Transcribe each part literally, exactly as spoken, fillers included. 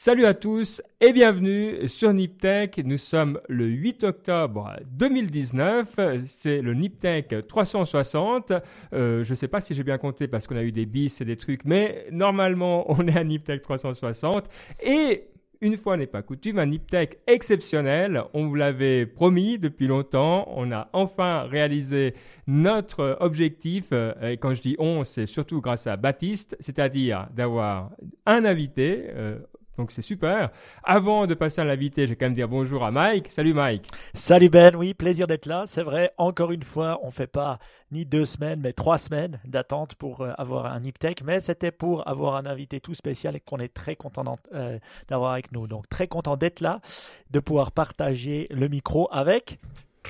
Salut à tous et bienvenue sur Niptech. Nous sommes le huit octobre deux mille dix-neuf. C'est le Niptech trois cent soixante. Euh, je ne sais pas si j'ai bien compté parce qu'on a eu des bis et des trucs, mais normalement, on est à Niptech trois cent soixante. Et une fois n'est pas coutume, un Niptech exceptionnel. On vous l'avait promis depuis longtemps. On a enfin réalisé notre objectif. Et quand je dis on, c'est surtout grâce à Baptiste, c'est-à-dire d'avoir un invité. Euh, Donc, c'est super. Avant de passer à l'invité, je vais quand même dire bonjour à Mike. Salut Mike. Salut Ben, oui, plaisir d'être là. C'est vrai, encore une fois, on ne fait pas ni deux semaines, mais trois semaines d'attente pour euh, avoir un Niptech. Mais c'était pour avoir un invité tout spécial et qu'on est très content euh, d'avoir avec nous. Donc, très content d'être là, de pouvoir partager le micro avec...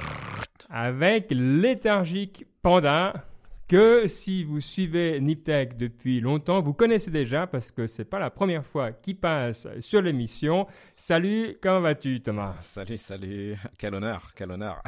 Avec Léthargique Panda, que si vous suivez Niptech depuis longtemps, vous connaissez déjà parce que c'est pas la première fois qu'il passe sur l'émission. Salut, comment vas-tu Thomas? Salut, salut, quel honneur, quel honneur.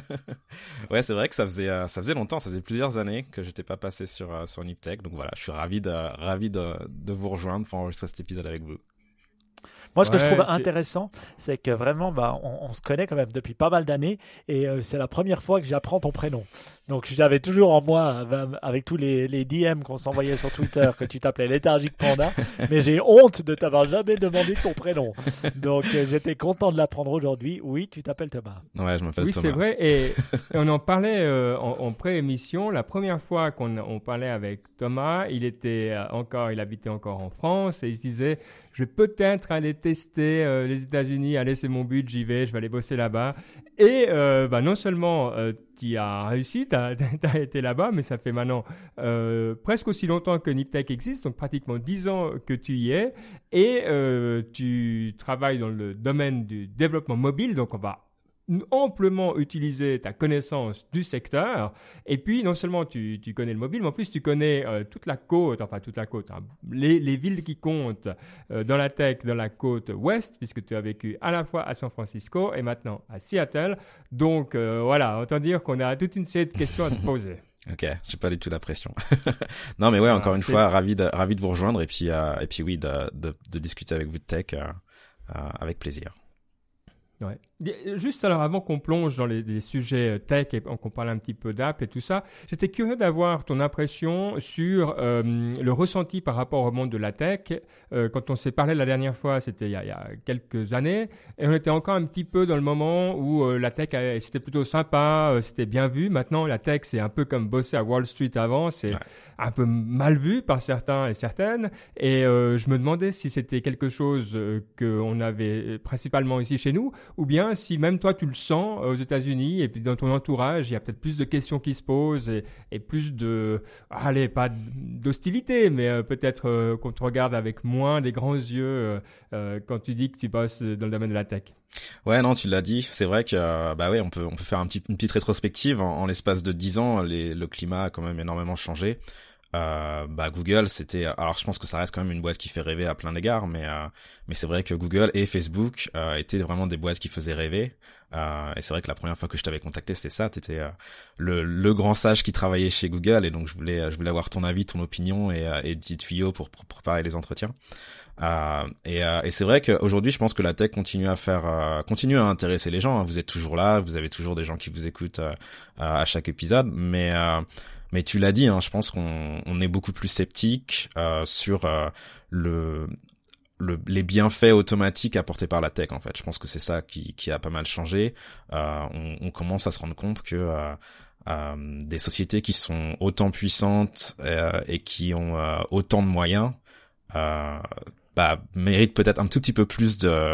Ouais, c'est vrai que ça faisait, euh, ça faisait longtemps, ça faisait plusieurs années que j'étais pas passé sur, euh, sur Niptech. Donc voilà, je suis ravi de, ravi de, de vous rejoindre pour enregistrer cet épisode avec vous. Moi, ce que Ouais, je trouve c'est... intéressant, c'est que vraiment, bah, on, on se connaît quand même depuis pas mal d'années et euh, c'est la première fois que j'apprends ton prénom. Donc, j'avais toujours en moi, avec tous les, les D M qu'on s'envoyait sur Twitter, que tu t'appelais Léthargique Panda, mais j'ai honte de t'avoir jamais demandé ton prénom. Donc, euh, j'étais content de l'apprendre aujourd'hui. Oui, tu t'appelles Thomas. Ouais, je m'appelle Oui, Thomas. c'est vrai. Et, et on en parlait euh, en, en pré-émission. La première fois qu'on on parlait avec Thomas, il était encore, il habitait encore en France et il se disait, je vais peut-être aller tester euh, les États-Unis. Allez, c'est mon but, j'y vais, je vais aller bosser là-bas. Et euh, bah, non seulement euh, tu as réussi, tu as été là-bas, mais ça fait maintenant euh, presque aussi longtemps que Niptech existe, donc pratiquement dix ans que tu y es. Et euh, tu travailles dans le domaine du développement mobile, donc on va amplement utiliser ta connaissance du secteur. Et puis, non seulement tu, tu connais le mobile, mais en plus, tu connais euh, toute la côte, enfin toute la côte, hein, les, les villes qui comptent euh, dans la tech, dans la côte ouest, puisque tu as vécu à la fois à San Francisco et maintenant à Seattle. Donc, euh, voilà, autant dire qu'on a toute une série de questions à te poser. Ok, j'ai pas du tout la pression. Non, mais ouais, encore Ah, une c'est... fois, ravi de, ravi de vous rejoindre et puis, euh, et puis oui, de, de, de discuter avec vous de tech euh, euh, avec plaisir. Ouais. Juste alors avant qu'on plonge dans les, les sujets tech et qu'on parle un petit peu d'app et tout ça, j'étais curieux d'avoir ton impression sur euh, le ressenti par rapport au monde de la tech. Euh, quand on s'est parlé la dernière fois, c'était il y, a, il y a quelques années, et on était encore un petit peu dans le moment où euh, la tech, euh, c'était plutôt sympa, euh, c'était bien vu. Maintenant, la tech, c'est un peu comme bosser à Wall Street avant, c'est ouais. un peu mal vu par certains et certaines. Et euh, je me demandais si c'était quelque chose euh, qu'on avait principalement ici chez nous, ou bien si même toi tu le sens aux États-Unis et puis dans ton entourage, il y a peut-être plus de questions qui se posent et, et plus de, allez, pas d'hostilité, mais euh, peut-être euh, qu'on te regarde avec moins des grands yeux euh, euh, quand tu dis que tu bosses dans le domaine de la tech. Ouais, non, tu l'as dit. C'est vrai que, euh, bah ouais, on peut, on peut faire un petit, une petite rétrospective. En, en l'espace de dix ans, les, le climat a quand même énormément changé. Euh, bah Google, c'était, alors je pense que ça reste quand même une boîte qui fait rêver à plein d'égards, mais euh, mais c'est vrai que Google et Facebook euh, étaient vraiment des boîtes qui faisaient rêver. Euh, et c'est vrai que la première fois que je t'avais contacté, c'était ça, t'étais euh, le le grand sage qui travaillait chez Google, et donc je voulais je voulais avoir ton avis, ton opinion et et des tuyaux pour, pour préparer les entretiens. Euh, et, euh, et c'est vrai qu'aujourd'hui, je pense que la tech continue à faire, euh, continue à intéresser les gens. Hein. Vous êtes toujours là, vous avez toujours des gens qui vous écoutent euh, à chaque épisode, mais euh, mais tu l'as dit, hein, je pense qu'on on est beaucoup plus sceptique euh, sur euh, le, le les bienfaits automatiques apportés par la tech. En fait, je pense que c'est ça qui qui a pas mal changé. Euh, on, on commence à se rendre compte que euh, euh, des sociétés qui sont autant puissantes euh, et qui ont euh, autant de moyens euh, bah méritent peut-être un tout petit peu plus de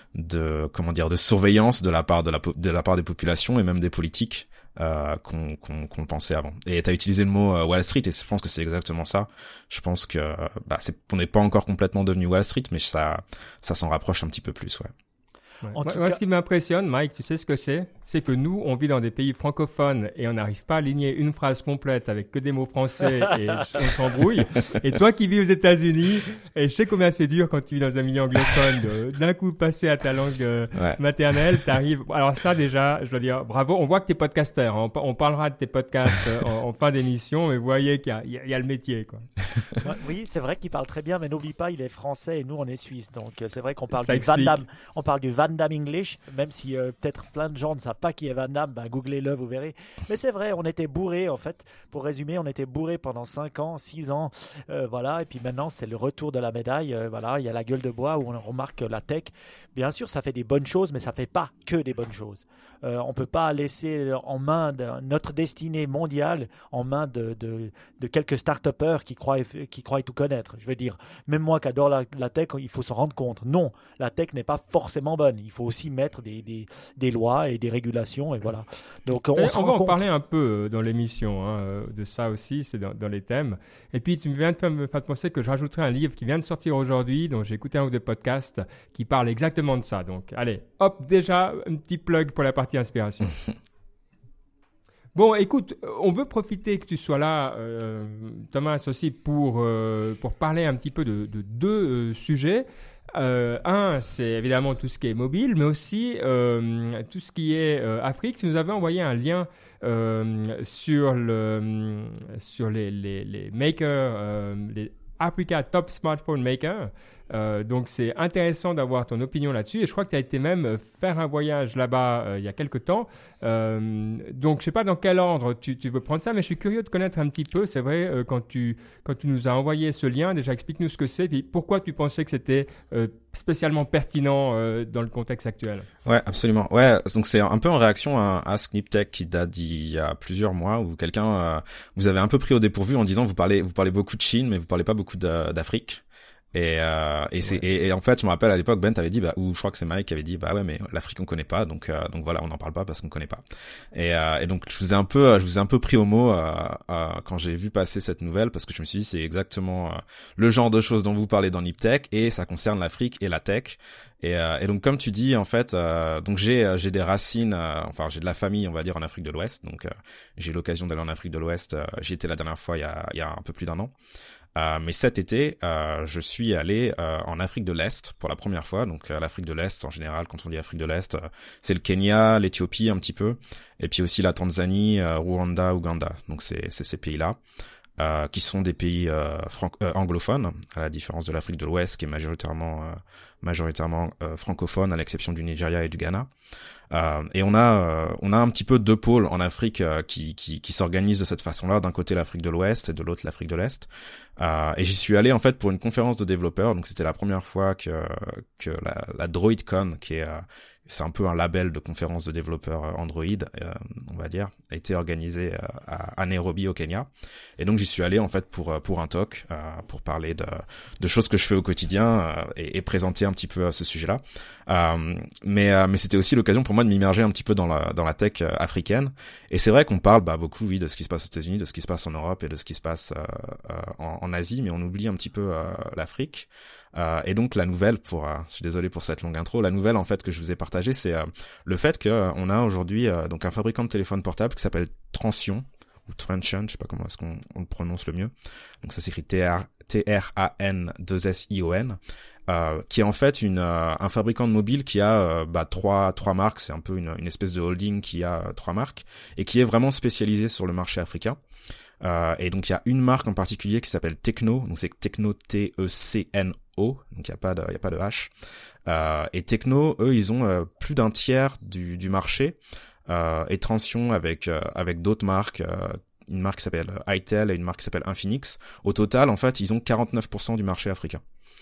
de comment dire de surveillance de la part de la de la part des populations et même des politiques. Euh, qu'on, qu'on, qu'on pensait avant. Et t'as utilisé le mot euh, Wall Street, et je pense que c'est exactement ça. Je pense que bah c'est, on n'est pas encore complètement devenu Wall Street, mais ça, ça s'en rapproche un petit peu plus, ouais. Ouais. En Moi, tout moi, cas... ce qui m'impressionne, Mike, tu sais ce que c'est? C'est que nous, on vit dans des pays francophones et on n'arrive pas à aligner une phrase complète avec que des mots français et on s'embrouille. Et toi qui vis aux États-Unis, et je sais combien c'est dur quand tu vis dans un milieu anglophone, de, d'un coup passer à ta langue euh, Ouais. maternelle, t'arrives. Alors ça déjà, je dois dire, bravo. On voit que t'es podcasteur. Hein. On, on parlera de tes podcasts euh, en, en fin d'émission, mais vous voyez qu'il y a, il y a, il y a le métier, quoi. Ouais, oui, c'est vrai qu'il parle très bien, mais n'oublie pas, il est français et nous on est suisse. Donc euh, c'est vrai qu'on parle Ça du Van explique. Damme, on parle du Van Damme English, même si euh, peut-être plein de gens ne savent pas qui est Van Damme, ben googlez-le, vous verrez. Mais c'est vrai, on était bourrés en fait. Pour résumer, on était bourrés pendant cinq ans, six ans, euh, voilà. Et puis maintenant, c'est le retour de la médaille. Euh, voilà, il y a la gueule de bois où on remarque la tech. Bien sûr, ça fait des bonnes choses, mais ça fait pas que des bonnes choses. Euh, on peut pas laisser en main de notre destinée mondiale en main de, de, de quelques start-upers qui croient, qui croient tout connaître. Je veux dire, même moi qui adore la, la tech, il faut se rendre compte. Non, la tech n'est pas forcément bonne. Il faut aussi mettre des, des, des lois et des régulations et voilà. Donc on, Et se on rend va en compte. parler un peu euh, dans l'émission hein, euh, de ça aussi, c'est dans, dans les thèmes. Et puis tu viens de faire- me faire penser que je rajouterai un livre qui vient de sortir aujourd'hui, dont j'ai écouté un ou deux podcasts qui parle exactement de ça. Donc allez, hop, déjà un petit plug pour la partie inspiration. Bon, écoute, on veut profiter que tu sois là, euh, Thomas aussi, pour, euh, pour parler un petit peu de, de deux euh, sujets. Euh, un, c'est évidemment tout ce qui est mobile, mais aussi euh, tout ce qui est euh, Afrique. Tu nous avais envoyé un lien euh, sur, le, sur les, les, les makers, euh, les Africa Top Smartphone Makers. Euh, donc c'est intéressant d'avoir ton opinion là-dessus et je crois que tu as été même faire un voyage là-bas euh, il y a quelques temps. Euh, donc je sais pas dans quel ordre tu, tu veux prendre ça, mais je suis curieux de connaître un petit peu. C'est vrai euh, quand tu quand tu nous as envoyé ce lien, déjà explique-nous ce que c'est, puis pourquoi tu pensais que c'était euh, spécialement pertinent euh, dans le contexte actuel. Ouais, absolument. Ouais, donc c'est un peu en réaction à, à Sniptech qui date d'il y a plusieurs mois où quelqu'un euh, vous avez un peu pris au dépourvu en disant vous parlez vous parlez beaucoup de Chine mais vous parlez pas beaucoup de, d'Afrique. Et, euh, et c'est, ouais. et, et en fait, je me rappelle à l'époque, Ben t'avait dit, bah, ou je crois que c'est Mike qui avait dit, bah ouais, mais l'Afrique on connaît pas, donc, euh, donc voilà, on n'en parle pas parce qu'on connaît pas. Et, euh, et donc je vous ai un peu, je vous ai un peu pris au mot euh, euh, quand j'ai vu passer cette nouvelle parce que je me suis dit, c'est exactement euh, le genre de choses dont vous parlez dans Niptech et ça concerne l'Afrique et la tech. Et, euh, et donc comme tu dis, en fait, euh, donc j'ai, j'ai des racines, euh, enfin j'ai de la famille, on va dire, en Afrique de l'Ouest. Donc euh, j'ai eu l'occasion d'aller en Afrique de l'Ouest. Euh, j'y étais la dernière fois il y a, il y a un peu plus d'un an. Euh, mais cet été, euh, je suis allé euh, en Afrique de l'Est pour la première fois. Donc euh, l'Afrique de l'Est, en général, quand on dit Afrique de l'Est, euh, c'est le Kenya, l'Éthiopie un petit peu, et puis aussi la Tanzanie, euh, Rwanda, Ouganda. Donc c'est, c'est ces pays-là. Euh, qui sont des pays euh, franco- euh, anglophones, à la différence de l'Afrique de l'Ouest qui est majoritairement euh, majoritairement euh, francophone, à l'exception du Nigeria et du Ghana. Euh, et on a euh, on a un petit peu deux pôles en Afrique euh, qui qui qui s'organisent de cette façon-là. D'un côté l'Afrique de l'Ouest et de l'autre l'Afrique de l'Est. Euh, et j'y suis allé en fait pour une conférence de développeurs. Donc c'était la première fois que que la, la DroidCon, qui est euh, c'est un peu un label de conférence de développeurs Android, euh, on va dire, a été organisé euh, à, à Nairobi au Kenya. Et donc j'y suis allé en fait pour pour un talk, euh, pour parler de de choses que je fais au quotidien euh, et, et présenter un petit peu à ce sujet-là. Euh, mais euh, mais c'était aussi l'occasion pour moi de m'immerger un petit peu dans la dans la tech euh, africaine. Et c'est vrai qu'on parle bah beaucoup oui de ce qui se passe aux États-Unis, de ce qui se passe en Europe et de ce qui se passe euh, euh, en, en Asie, mais on oublie un petit peu euh, l'Afrique. Euh, et donc la nouvelle, pour, euh, je suis désolé pour cette longue intro, la nouvelle en fait que je vous ai partagée, c'est euh, le fait que euh, on a aujourd'hui euh, donc un fabricant de téléphone portable qui s'appelle Transion ou Transion, je sais pas comment est-ce qu'on on le prononce le mieux. Donc ça s'écrit T R A N deux S I O N, euh, qui est en fait une euh, un fabricant de mobile qui a euh, bah trois trois marques, c'est un peu une une espèce de holding qui a euh, trois marques et qui est vraiment spécialisé sur le marché africain. Euh, et donc il y a une marque en particulier qui s'appelle Tecno, donc c'est Tecno T E C N O, donc il y a pas de il y a pas de H. Euh, et Tecno, eux, ils ont euh, plus d'un tiers du du marché. Euh, et Transion avec euh, avec d'autres marques, euh, une marque qui s'appelle itel et une marque qui s'appelle Infinix. Au total, en fait, ils ont quarante-neuf pour cent du marché africain.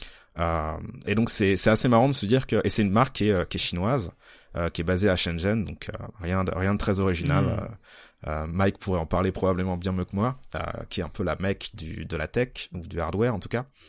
Euh, et donc c'est c'est assez marrant de se dire que et c'est une marque qui est euh, qui est chinoise, euh, qui est basée à Shenzhen, donc euh, rien de rien de très original. Mmh. Euh, euh, Mike pourrait en parler probablement bien mieux que moi, euh, qui est un peu la mecque du de la tech ou du hardware en tout cas.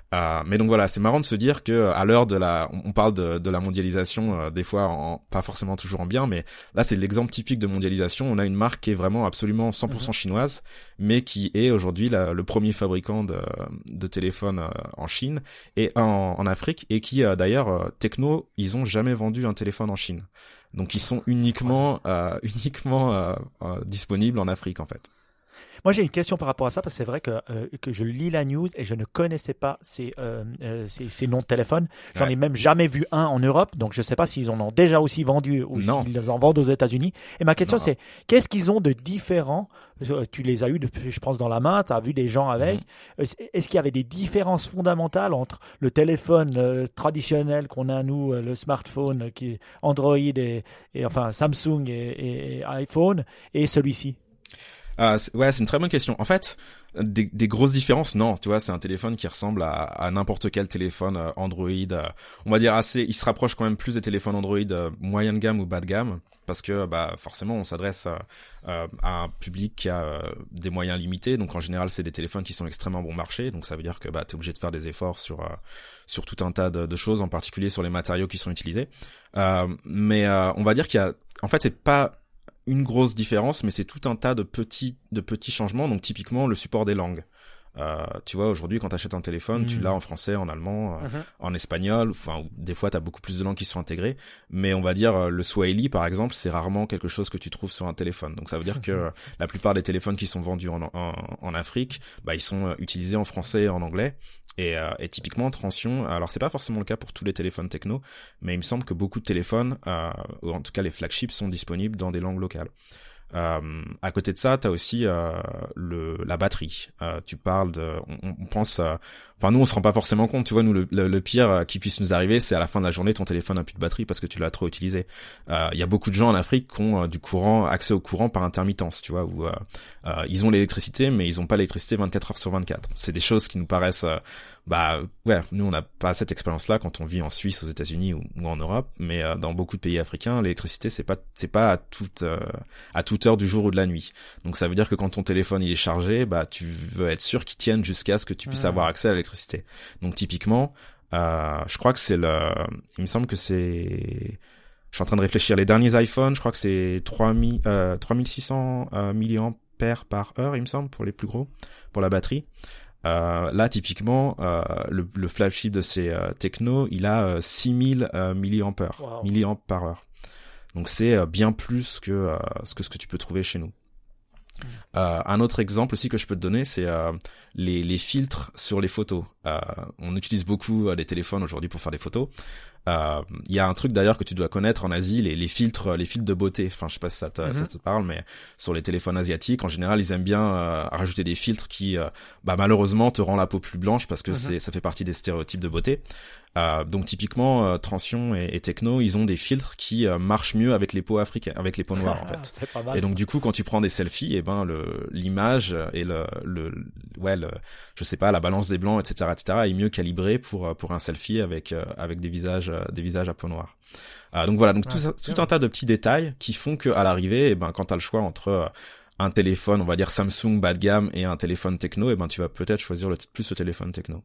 Euh, mais donc voilà, c'est marrant de se dire que à l'heure de la, on, on parle de, de la mondialisation euh, des fois, en, pas forcément toujours en bien, mais là c'est l'exemple typique de mondialisation. On a une marque qui est vraiment absolument cent pour cent mm-hmm. chinoise, mais qui est aujourd'hui la, le premier fabricant de, de téléphones euh, en Chine et en, en Afrique, et qui euh, d'ailleurs euh, Tecno, ils ont jamais vendu un téléphone en Chine. Donc ils sont uniquement euh, uniquement euh, euh, disponibles en Afrique en fait. Moi, j'ai une question par rapport à ça, parce que c'est vrai que, euh, que je lis la news et je ne connaissais pas ces, euh, euh, ces, ces noms de téléphone. J'en ouais. ai même jamais vu un en Europe, donc je ne sais pas s'ils en ont déjà aussi vendu ou non. s'ils en vendent aux États-Unis. Et ma question, non. c'est qu'est-ce qu'ils ont de différent? Tu les as eu, depuis, je pense, dans la main, tu as vu des gens avec. Mm-hmm. Est-ce qu'il y avait des différences fondamentales entre le téléphone euh, traditionnel qu'on a, nous, euh, le smartphone, qui est Android et, et enfin Samsung et, et, et iPhone, et celui-ci? Euh, c'est, ouais, c'est une très bonne question. En fait, des, des grosses différences, non. Tu vois, c'est un téléphone qui ressemble à, à n'importe quel téléphone euh, Android. Euh, on va dire assez. Il se rapproche quand même plus des téléphones Android euh, moyen de gamme ou bas de gamme, parce que bah forcément, on s'adresse à, euh, à un public qui a euh, des moyens limités. Donc en général, c'est des téléphones qui sont extrêmement bon marché. Donc ça veut dire que bah t'es obligé de faire des efforts sur euh, sur tout un tas de, de choses, en particulier sur les matériaux qui sont utilisés. Euh, mais euh, on va dire qu'il y a, en fait, c'est pas une grosse différence, mais c'est tout un tas de petits de petits changements. Donc typiquement le support des langues. Euh, tu vois, aujourd'hui, quand tu achètes un téléphone, mmh. tu l'as en français, en allemand, euh, mmh. en espagnol. Enfin, des fois, tu as beaucoup plus de langues qui sont intégrées. Mais on va dire, euh, le Swahili, par exemple, c'est rarement quelque chose que tu trouves sur un téléphone. Donc, ça veut dire que euh, la plupart des téléphones qui sont vendus en, en, en Afrique, bah, ils sont euh, utilisés en français et en anglais. Et, euh, et typiquement, Transion, alors c'est pas forcément le cas pour tous les téléphones techno, mais il me semble que beaucoup de téléphones, euh, ou en tout cas les flagships, sont disponibles dans des langues locales. Euh, à côté de ça, t'as aussi euh, le la batterie. Euh, tu parles de, on, on pense, euh, enfin nous on se rend pas forcément compte. Tu vois, nous le, le, le pire qui puisse nous arriver, c'est à la fin de la journée ton téléphone n'a plus de batterie parce que tu l'as trop utilisé. Il euh, y a beaucoup de gens en Afrique qui ont euh, du courant, accès au courant par intermittence. Tu vois, où euh, euh, ils ont l'électricité, mais ils ont pas l'électricité vingt-quatre heures sur vingt-quatre. C'est des choses qui nous paraissent euh, bah ouais, nous on n'a pas cette expérience-là quand on vit en Suisse, aux États-Unis ou, ou en Europe, mais euh, dans beaucoup de pays africains, l'électricité c'est pas c'est pas à toute euh, à toute heure du jour ou de la nuit. Donc ça veut dire que quand ton téléphone il est chargé, bah tu veux être sûr qu'il tienne jusqu'à ce que tu puisses mmh. avoir accès à l'électricité. Donc typiquement, euh, je crois que c'est le, il me semble que c'est, je suis en train de réfléchir, les derniers iPhones, je crois que c'est trois mille, euh, trois mille six cents euh, milliampères par heure, il me semble, pour les plus gros, pour la batterie. Euh, là, typiquement, euh, le, le flagship de ces euh, techno, il a euh, six mille euh, milliampères, wow. milliampères par heure. Donc c'est euh, bien plus que euh, ce que ce que tu peux trouver chez nous. Mmh. Euh, un autre exemple aussi que je peux te donner, c'est euh, les, les filtres sur les photos. Euh, on utilise beaucoup euh, les téléphones aujourd'hui pour faire des photos. Il euh, y a un truc d'ailleurs que tu dois connaître en Asie, les, les filtres, les filtres de beauté. Enfin, je sais pas si ça te, mmh. ça te parle, mais sur les téléphones asiatiques, en général, ils aiment bien euh, rajouter des filtres qui, euh, bah malheureusement, te rend la peau plus blanche parce que mmh. c'est, ça fait partie des stéréotypes de beauté. Euh, donc typiquement, euh, Transion et, et Tecno, ils ont des filtres qui euh, marchent mieux avec les peaux africaines, avec les peaux noires en fait. C'est pas mal, et donc ça. Du coup, quand tu prends des selfies, et ben le l'image et le le ouais le je sais pas la balance des blancs, et cetera, et cetera est mieux calibrée pour pour un selfie avec euh, avec des visages des visages à peau noire. Euh, donc voilà, donc tout, ah, tout un tas de petits détails qui font que à l'arrivée, et ben quand t'as le choix entre euh, un téléphone, on va dire Samsung bas de gamme et un téléphone techno, et ben tu vas peut-être choisir le, plus le téléphone techno.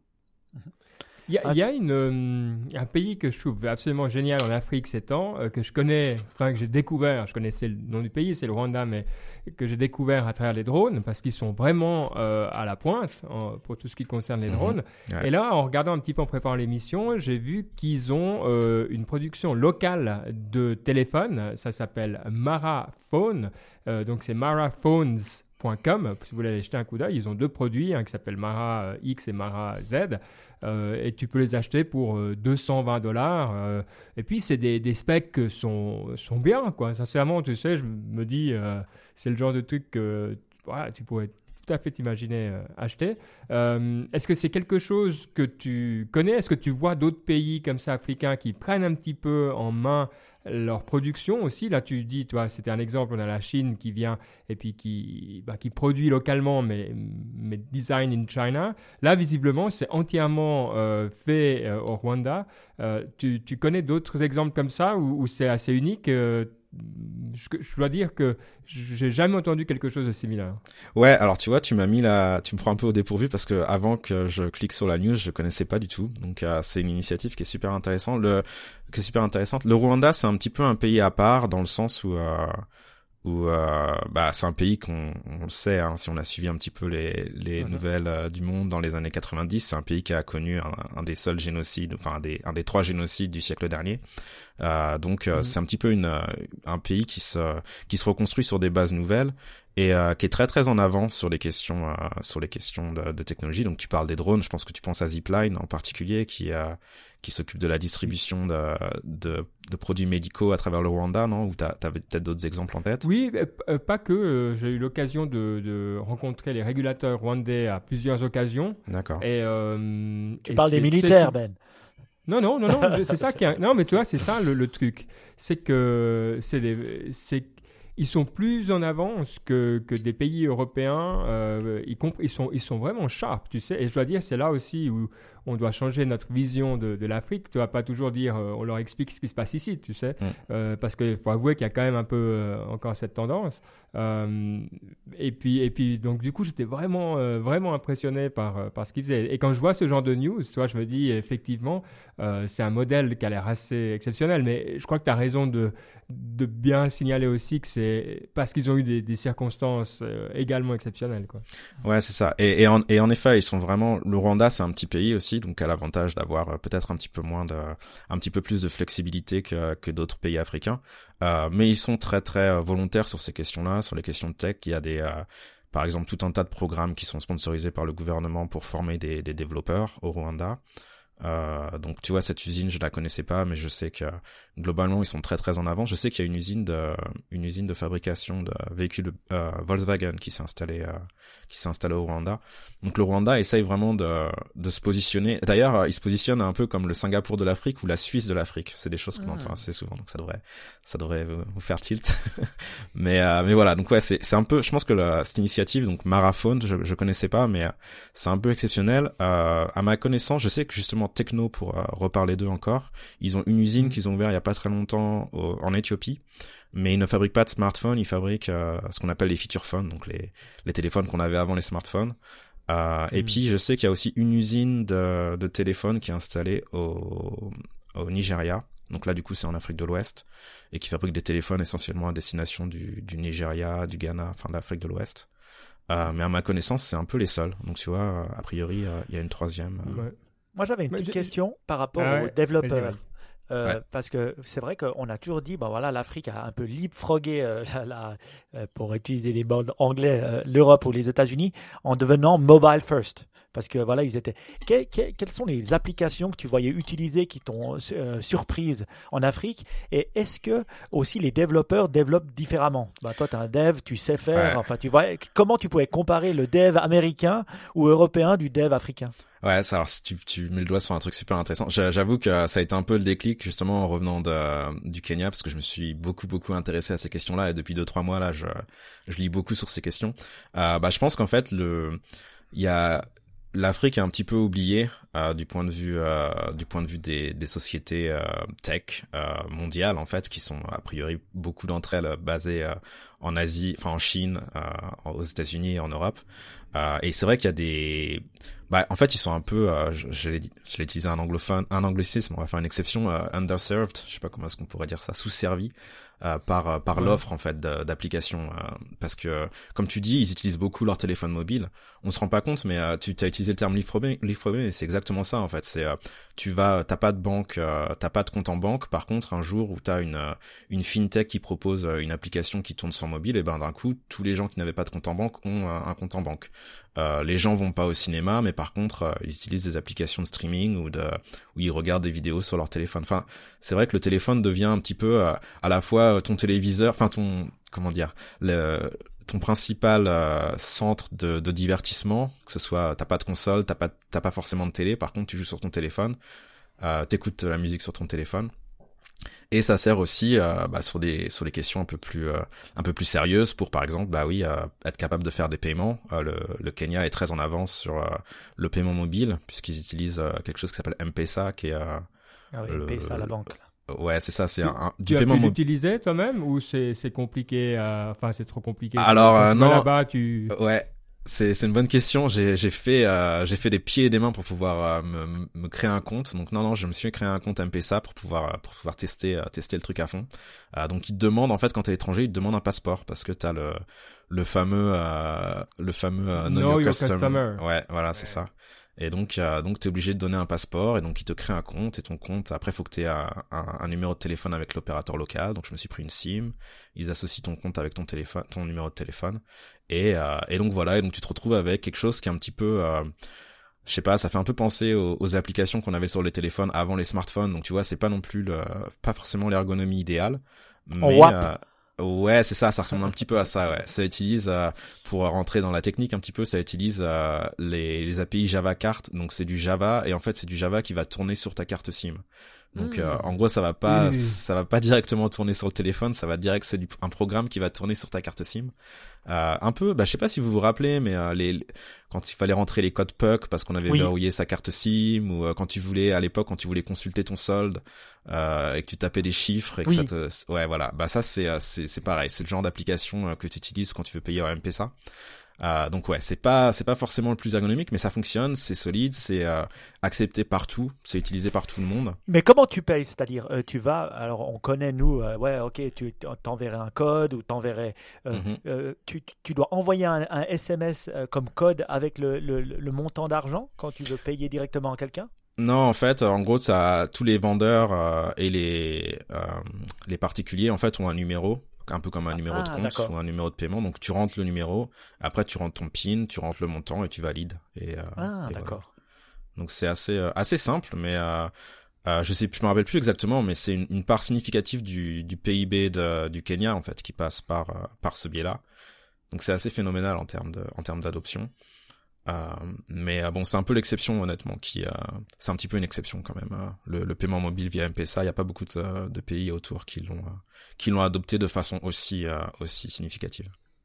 Il y a, il y a une, euh, un pays que je trouve absolument génial en Afrique ces temps, euh, que je connais, enfin que j'ai découvert, je connaissais le nom du pays, c'est le Rwanda, mais que j'ai découvert à travers les drones, parce qu'ils sont vraiment euh, à la pointe en, pour tout ce qui concerne les drones. Mmh. Ouais. Et là, en regardant un petit peu en préparant l'émission, j'ai vu qu'ils ont euh, une production locale de téléphones, ça s'appelle Mara Phone, euh, donc c'est maraphones point com, si vous voulez aller jeter un coup d'œil, ils ont deux produits, un qui s'appelle Mara X et Mara Z. Euh, et tu peux les acheter pour euh, deux cent vingt dollars. Euh, et puis, c'est des, des specs qui sont, sont bien, quoi. Sincèrement, tu sais, je me dis, euh, c'est le genre de truc que voilà, tu pourrais tout à fait t'imaginer euh, acheter. Euh, est-ce que c'est quelque chose que tu connais? Est-ce que tu vois d'autres pays comme ça, africains, qui prennent un petit peu en main leur production aussi? Là, tu dis, toi, c'était un exemple, on a la Chine qui vient et puis qui, bah, qui produit localement, mais, mais design in China. Là, visiblement, c'est entièrement euh, fait euh, au Rwanda. Euh, tu, tu connais d'autres exemples comme ça où, où c'est assez unique? euh, je, je dois dire que j'ai jamais entendu quelque chose de similaire. Ouais, alors tu vois, tu m'as mis là, tu me prends un peu au dépourvu parce que avant que je clique sur la news, je connaissais pas du tout. Donc euh, c'est une initiative qui est super intéressante. Le, qui est super intéressante. Le Rwanda, c'est un petit peu un pays à part dans le sens où euh, où euh, bah c'est un pays qu'on on le sait, hein, si on a suivi un petit peu les les mm-hmm. nouvelles euh, du monde dans les années quatre-vingt-dix, c'est un pays qui a connu un, un des seuls génocides, enfin un des un des trois génocides du siècle dernier. Euh, donc euh, mm-hmm. c'est un petit peu une un pays qui se qui se reconstruit sur des bases nouvelles et euh, qui est très très en avant sur les questions euh, sur les questions de, de technologie. Donc tu parles des drones, je pense que tu penses à Zipline en particulier qui euh, qui s'occupe de la distribution de, de de produits médicaux à travers le Rwanda, non? Ou t'as t'avais peut-être d'autres exemples en tête? Oui, euh, pas que. Euh, j'ai eu l'occasion de, de rencontrer les régulateurs rwandais à plusieurs occasions. D'accord. Et euh, tu et parles des militaires, Ben. Non, non, non, non. c'est ça qui. A... Non, mais tu vois, c'est ça le, le truc. C'est que c'est les, c'est ils sont plus en avance que, que des pays européens. Euh, ils, comp- ils, sont, ils sont vraiment sharp, tu sais. Et je dois dire, c'est là aussi où on doit changer notre vision de, de l'Afrique. Tu ne vas pas toujours dire, euh, on leur explique ce qui se passe ici, tu sais. Mm. Euh, parce qu'il faut avouer qu'il y a quand même un peu euh, encore cette tendance. Euh, et, puis, et puis, donc, du coup, j'étais vraiment, euh, vraiment impressionné par, par ce qu'ils faisaient. Et quand je vois ce genre de news, tu vois, je me dis, effectivement, euh, c'est un modèle qui a l'air assez exceptionnel. Mais je crois que tu as raison de, de bien signaler aussi que c'est parce qu'ils ont eu des, des circonstances euh, également exceptionnelles, quoi. Ouais, c'est ça. Et, et, en, et en effet, ils sont vraiment. Le Rwanda, c'est un petit pays aussi, donc a l'avantage d'avoir euh, peut-être un petit peu moins de, un petit peu plus de flexibilité que, que d'autres pays africains. Euh, mais ils sont très très euh, volontaires sur ces questions-là, sur les questions de tech. Il y a des, euh, par exemple, tout un tas de programmes qui sont sponsorisés par le gouvernement pour former des, des développeurs au Rwanda. Euh, donc tu vois, cette usine je la connaissais pas, mais je sais que globalement ils sont très très en avant. Je sais qu'il y a une usine de une usine de fabrication de véhicules euh, Volkswagen qui s'est installée euh, qui s'est installée au Rwanda. Donc le Rwanda essaye vraiment de de se positionner. D'ailleurs, il se positionne un peu comme le Singapour de l'Afrique ou la Suisse de l'Afrique. C'est des choses qu'on mmh. entend assez souvent, donc ça devrait ça devrait vous faire tilt. mais euh, mais voilà, donc ouais, c'est c'est un peu. Je pense que la, cette initiative, donc Marathon, je je connaissais pas, mais c'est un peu exceptionnel. Euh, à ma connaissance, je sais que justement Techno, pour euh, reparler d'eux encore, ils ont une usine mmh. qu'ils ont ouverte il y a pas très longtemps au, en Éthiopie, mais ils ne fabriquent pas de smartphones, ils fabriquent euh, ce qu'on appelle les feature phones, donc les les téléphones qu'on avait avant les smartphones. Euh, mmh. Et puis je sais qu'il y a aussi une usine de de téléphones qui est installée au au Nigeria. Donc là, du coup, c'est en Afrique de l'Ouest et qui fabrique des téléphones essentiellement à destination du du Nigeria, du Ghana, enfin de l'Afrique de l'Ouest. Euh, mais à ma connaissance, c'est un peu les seuls. Donc tu vois, a priori, euh, il y a une troisième. Euh... Ouais. Moi, j'avais une petite j'ai... question par rapport ah ouais, aux développeurs. Euh, ouais. Parce que c'est vrai qu'on a toujours dit, ben voilà, l'Afrique a un peu leapfrogué, euh, la, la, euh, pour utiliser les mots anglais, euh, l'Europe ou les États-Unis, en devenant mobile first. Parce que voilà, ils étaient. Que, que, quelles sont les applications que tu voyais utiliser qui t'ont euh, surprise en Afrique? Et est-ce que aussi les développeurs développent différemment? Ben, toi, tu es un dev, tu sais faire. Ouais. Enfin, tu vois, comment tu pouvais comparer le dev américain ou européen du dev africain? Ouais, ça, alors si tu, tu mets le doigt sur un truc super intéressant. J'avoue que ça a été un peu le déclic justement en revenant de, du Kenya, parce que je me suis beaucoup beaucoup intéressé à ces questions-là et depuis deux trois mois là, je, je lis beaucoup sur ces questions. Euh, bah, je pense qu'en fait le, il y a l'Afrique est un petit peu oubliée euh, du point de vue euh, du point de vue des, des sociétés euh, tech euh, mondiales en fait, qui sont a priori beaucoup d'entre elles basées euh, en Asie, enfin en Chine, euh, aux États-Unis et en Europe. Euh, et c'est vrai qu'il y a des, bah en fait ils sont un peu, euh, je, je l'ai, je l'ai utilisé un anglophone, un anglicisme, on va faire une exception, euh, underserved, je sais pas comment est-ce qu'on pourrait dire ça, sous-servi. Euh, par par ouais. l'offre en fait d'applications euh, parce que comme tu dis ils utilisent beaucoup leur téléphone mobile, on se rend pas compte mais euh, tu as utilisé le terme leapfrogging et c'est exactement ça en fait, c'est euh, tu vas t'as pas de banque euh, t'as pas de compte en banque, par contre un jour où t'as une euh, une fintech qui propose euh, une application qui tourne sur mobile, et ben d'un coup tous les gens qui n'avaient pas de compte en banque ont euh, un compte en banque. Euh, les gens vont pas au cinéma mais par contre euh, ils utilisent des applications de streaming ou de où ils regardent des vidéos sur leur téléphone. Enfin c'est vrai que le téléphone devient un petit peu euh, à la fois ton téléviseur, enfin ton comment dire, le, ton principal euh, centre de, de divertissement, que ce soit t'as pas de console, t'as pas t'as pas forcément de télé, par contre tu joues sur ton téléphone, euh, t'écoutes la musique sur ton téléphone. Et ça sert aussi euh, bah, sur des sur les questions un peu plus euh, un peu plus sérieuses pour par exemple bah oui euh, être capable de faire des paiements. Euh, le, le Kenya est très en avance sur euh, le paiement mobile puisqu'ils utilisent euh, quelque chose qui s'appelle M-Pesa qui est euh, ah oui, le, M-Pesa, la banque. Là. Ouais, c'est ça, c'est tu, un, un du tu paiement. Tu as pu mo- l'utiliser toi-même ou c'est c'est compliqué à... Enfin, c'est trop compliqué. Alors Quand euh, tu vas non, là-bas, tu. ouais, c'est c'est une bonne question. J'ai j'ai fait euh, j'ai fait des pieds et des mains pour pouvoir euh, me me créer un compte. Donc non non, je me suis créé un compte M-Pesa pour pouvoir euh, pour pouvoir tester euh, tester le truc à fond. Euh, donc ils te demandent en fait quand t'es étranger, ils te demandent un passeport parce que t'as le le fameux euh, le fameux euh, know, Know your, your customer. customer. Ouais, voilà, c'est ça. Et donc, euh, donc t'es obligé de donner un passeport et donc ils te créent un compte et ton compte, après faut que t'aies un, un, un numéro de téléphone avec l'opérateur local. Donc je me suis pris une SIM, ils associent ton compte avec ton téléphone, ton numéro de téléphone et euh, et donc voilà. Et donc tu te retrouves avec quelque chose qui est un petit peu, euh, je sais pas, ça fait un peu penser aux, aux applications qu'on avait sur les téléphones avant les smartphones. Donc tu vois, c'est pas non plus le, pas forcément l'ergonomie idéale, mais W A P. euh, ouais, c'est ça, ça ressemble un petit peu à ça, ouais. Ça utilise, euh, pour rentrer dans la technique un petit peu, ça utilise euh, les, les A P I Java Carte, donc c'est du Java, et en fait c'est du Java qui va tourner sur ta carte SIM. Donc Mmh. euh, en gros ça va pas, Mmh. ça va pas directement tourner sur le téléphone, ça va direct, c'est du, un programme qui va tourner sur ta carte SIM. Euh, un peu, bah je sais pas si vous vous rappelez, mais euh, les, les- quand il fallait rentrer les codes P U C parce qu'on avait Oui. verrouillé sa carte SIM, ou euh, quand tu voulais à l'époque quand tu voulais consulter ton solde euh, et que tu tapais des chiffres et que Oui. ça te, ouais voilà, bah ça c'est euh, c'est c'est pareil, c'est le genre d'application euh, que tu utilises quand tu veux payer en M-Pesa. Euh, donc ouais, c'est pas c'est pas forcément le plus ergonomique, mais ça fonctionne, c'est solide, c'est euh, accepté partout, c'est utilisé par tout le monde. Mais comment tu payes? C'est-à-dire, euh, tu vas, alors on connaît nous, euh, ouais, ok, tu t'enverrais un code ou t'enverrais, euh, Mhm. euh, tu, tu dois envoyer un, un S M S euh, comme code avec le, le, le montant d'argent quand tu veux payer directement à quelqu'un? Non, en fait, en gros, ça, tous les vendeurs euh, et les euh, les particuliers en fait ont un numéro, un peu comme un numéro Ah, de compte d'accord. ou un numéro de paiement. Donc tu rentres le numéro, après tu rentres ton PIN, tu rentres le montant et tu valides. Et, euh, Ah, et voilà. d'accord. Donc c'est assez euh, assez simple, mais euh, euh, je sais, je me rappelle plus exactement, mais c'est une, une part significative du du P I B de, du Kenya en fait qui passe par euh, par ce biais-là. Donc c'est assez phénoménal en termes de en termes d'adoption. Euh, mais euh, bon, c'est un peu l'exception honnêtement, qui euh, c'est un petit peu une exception quand même. Euh, le, le paiement mobile via M-Pesa, il y a pas beaucoup de, de pays autour qui l'ont euh, qui l'ont adopté de façon aussi euh, aussi significative.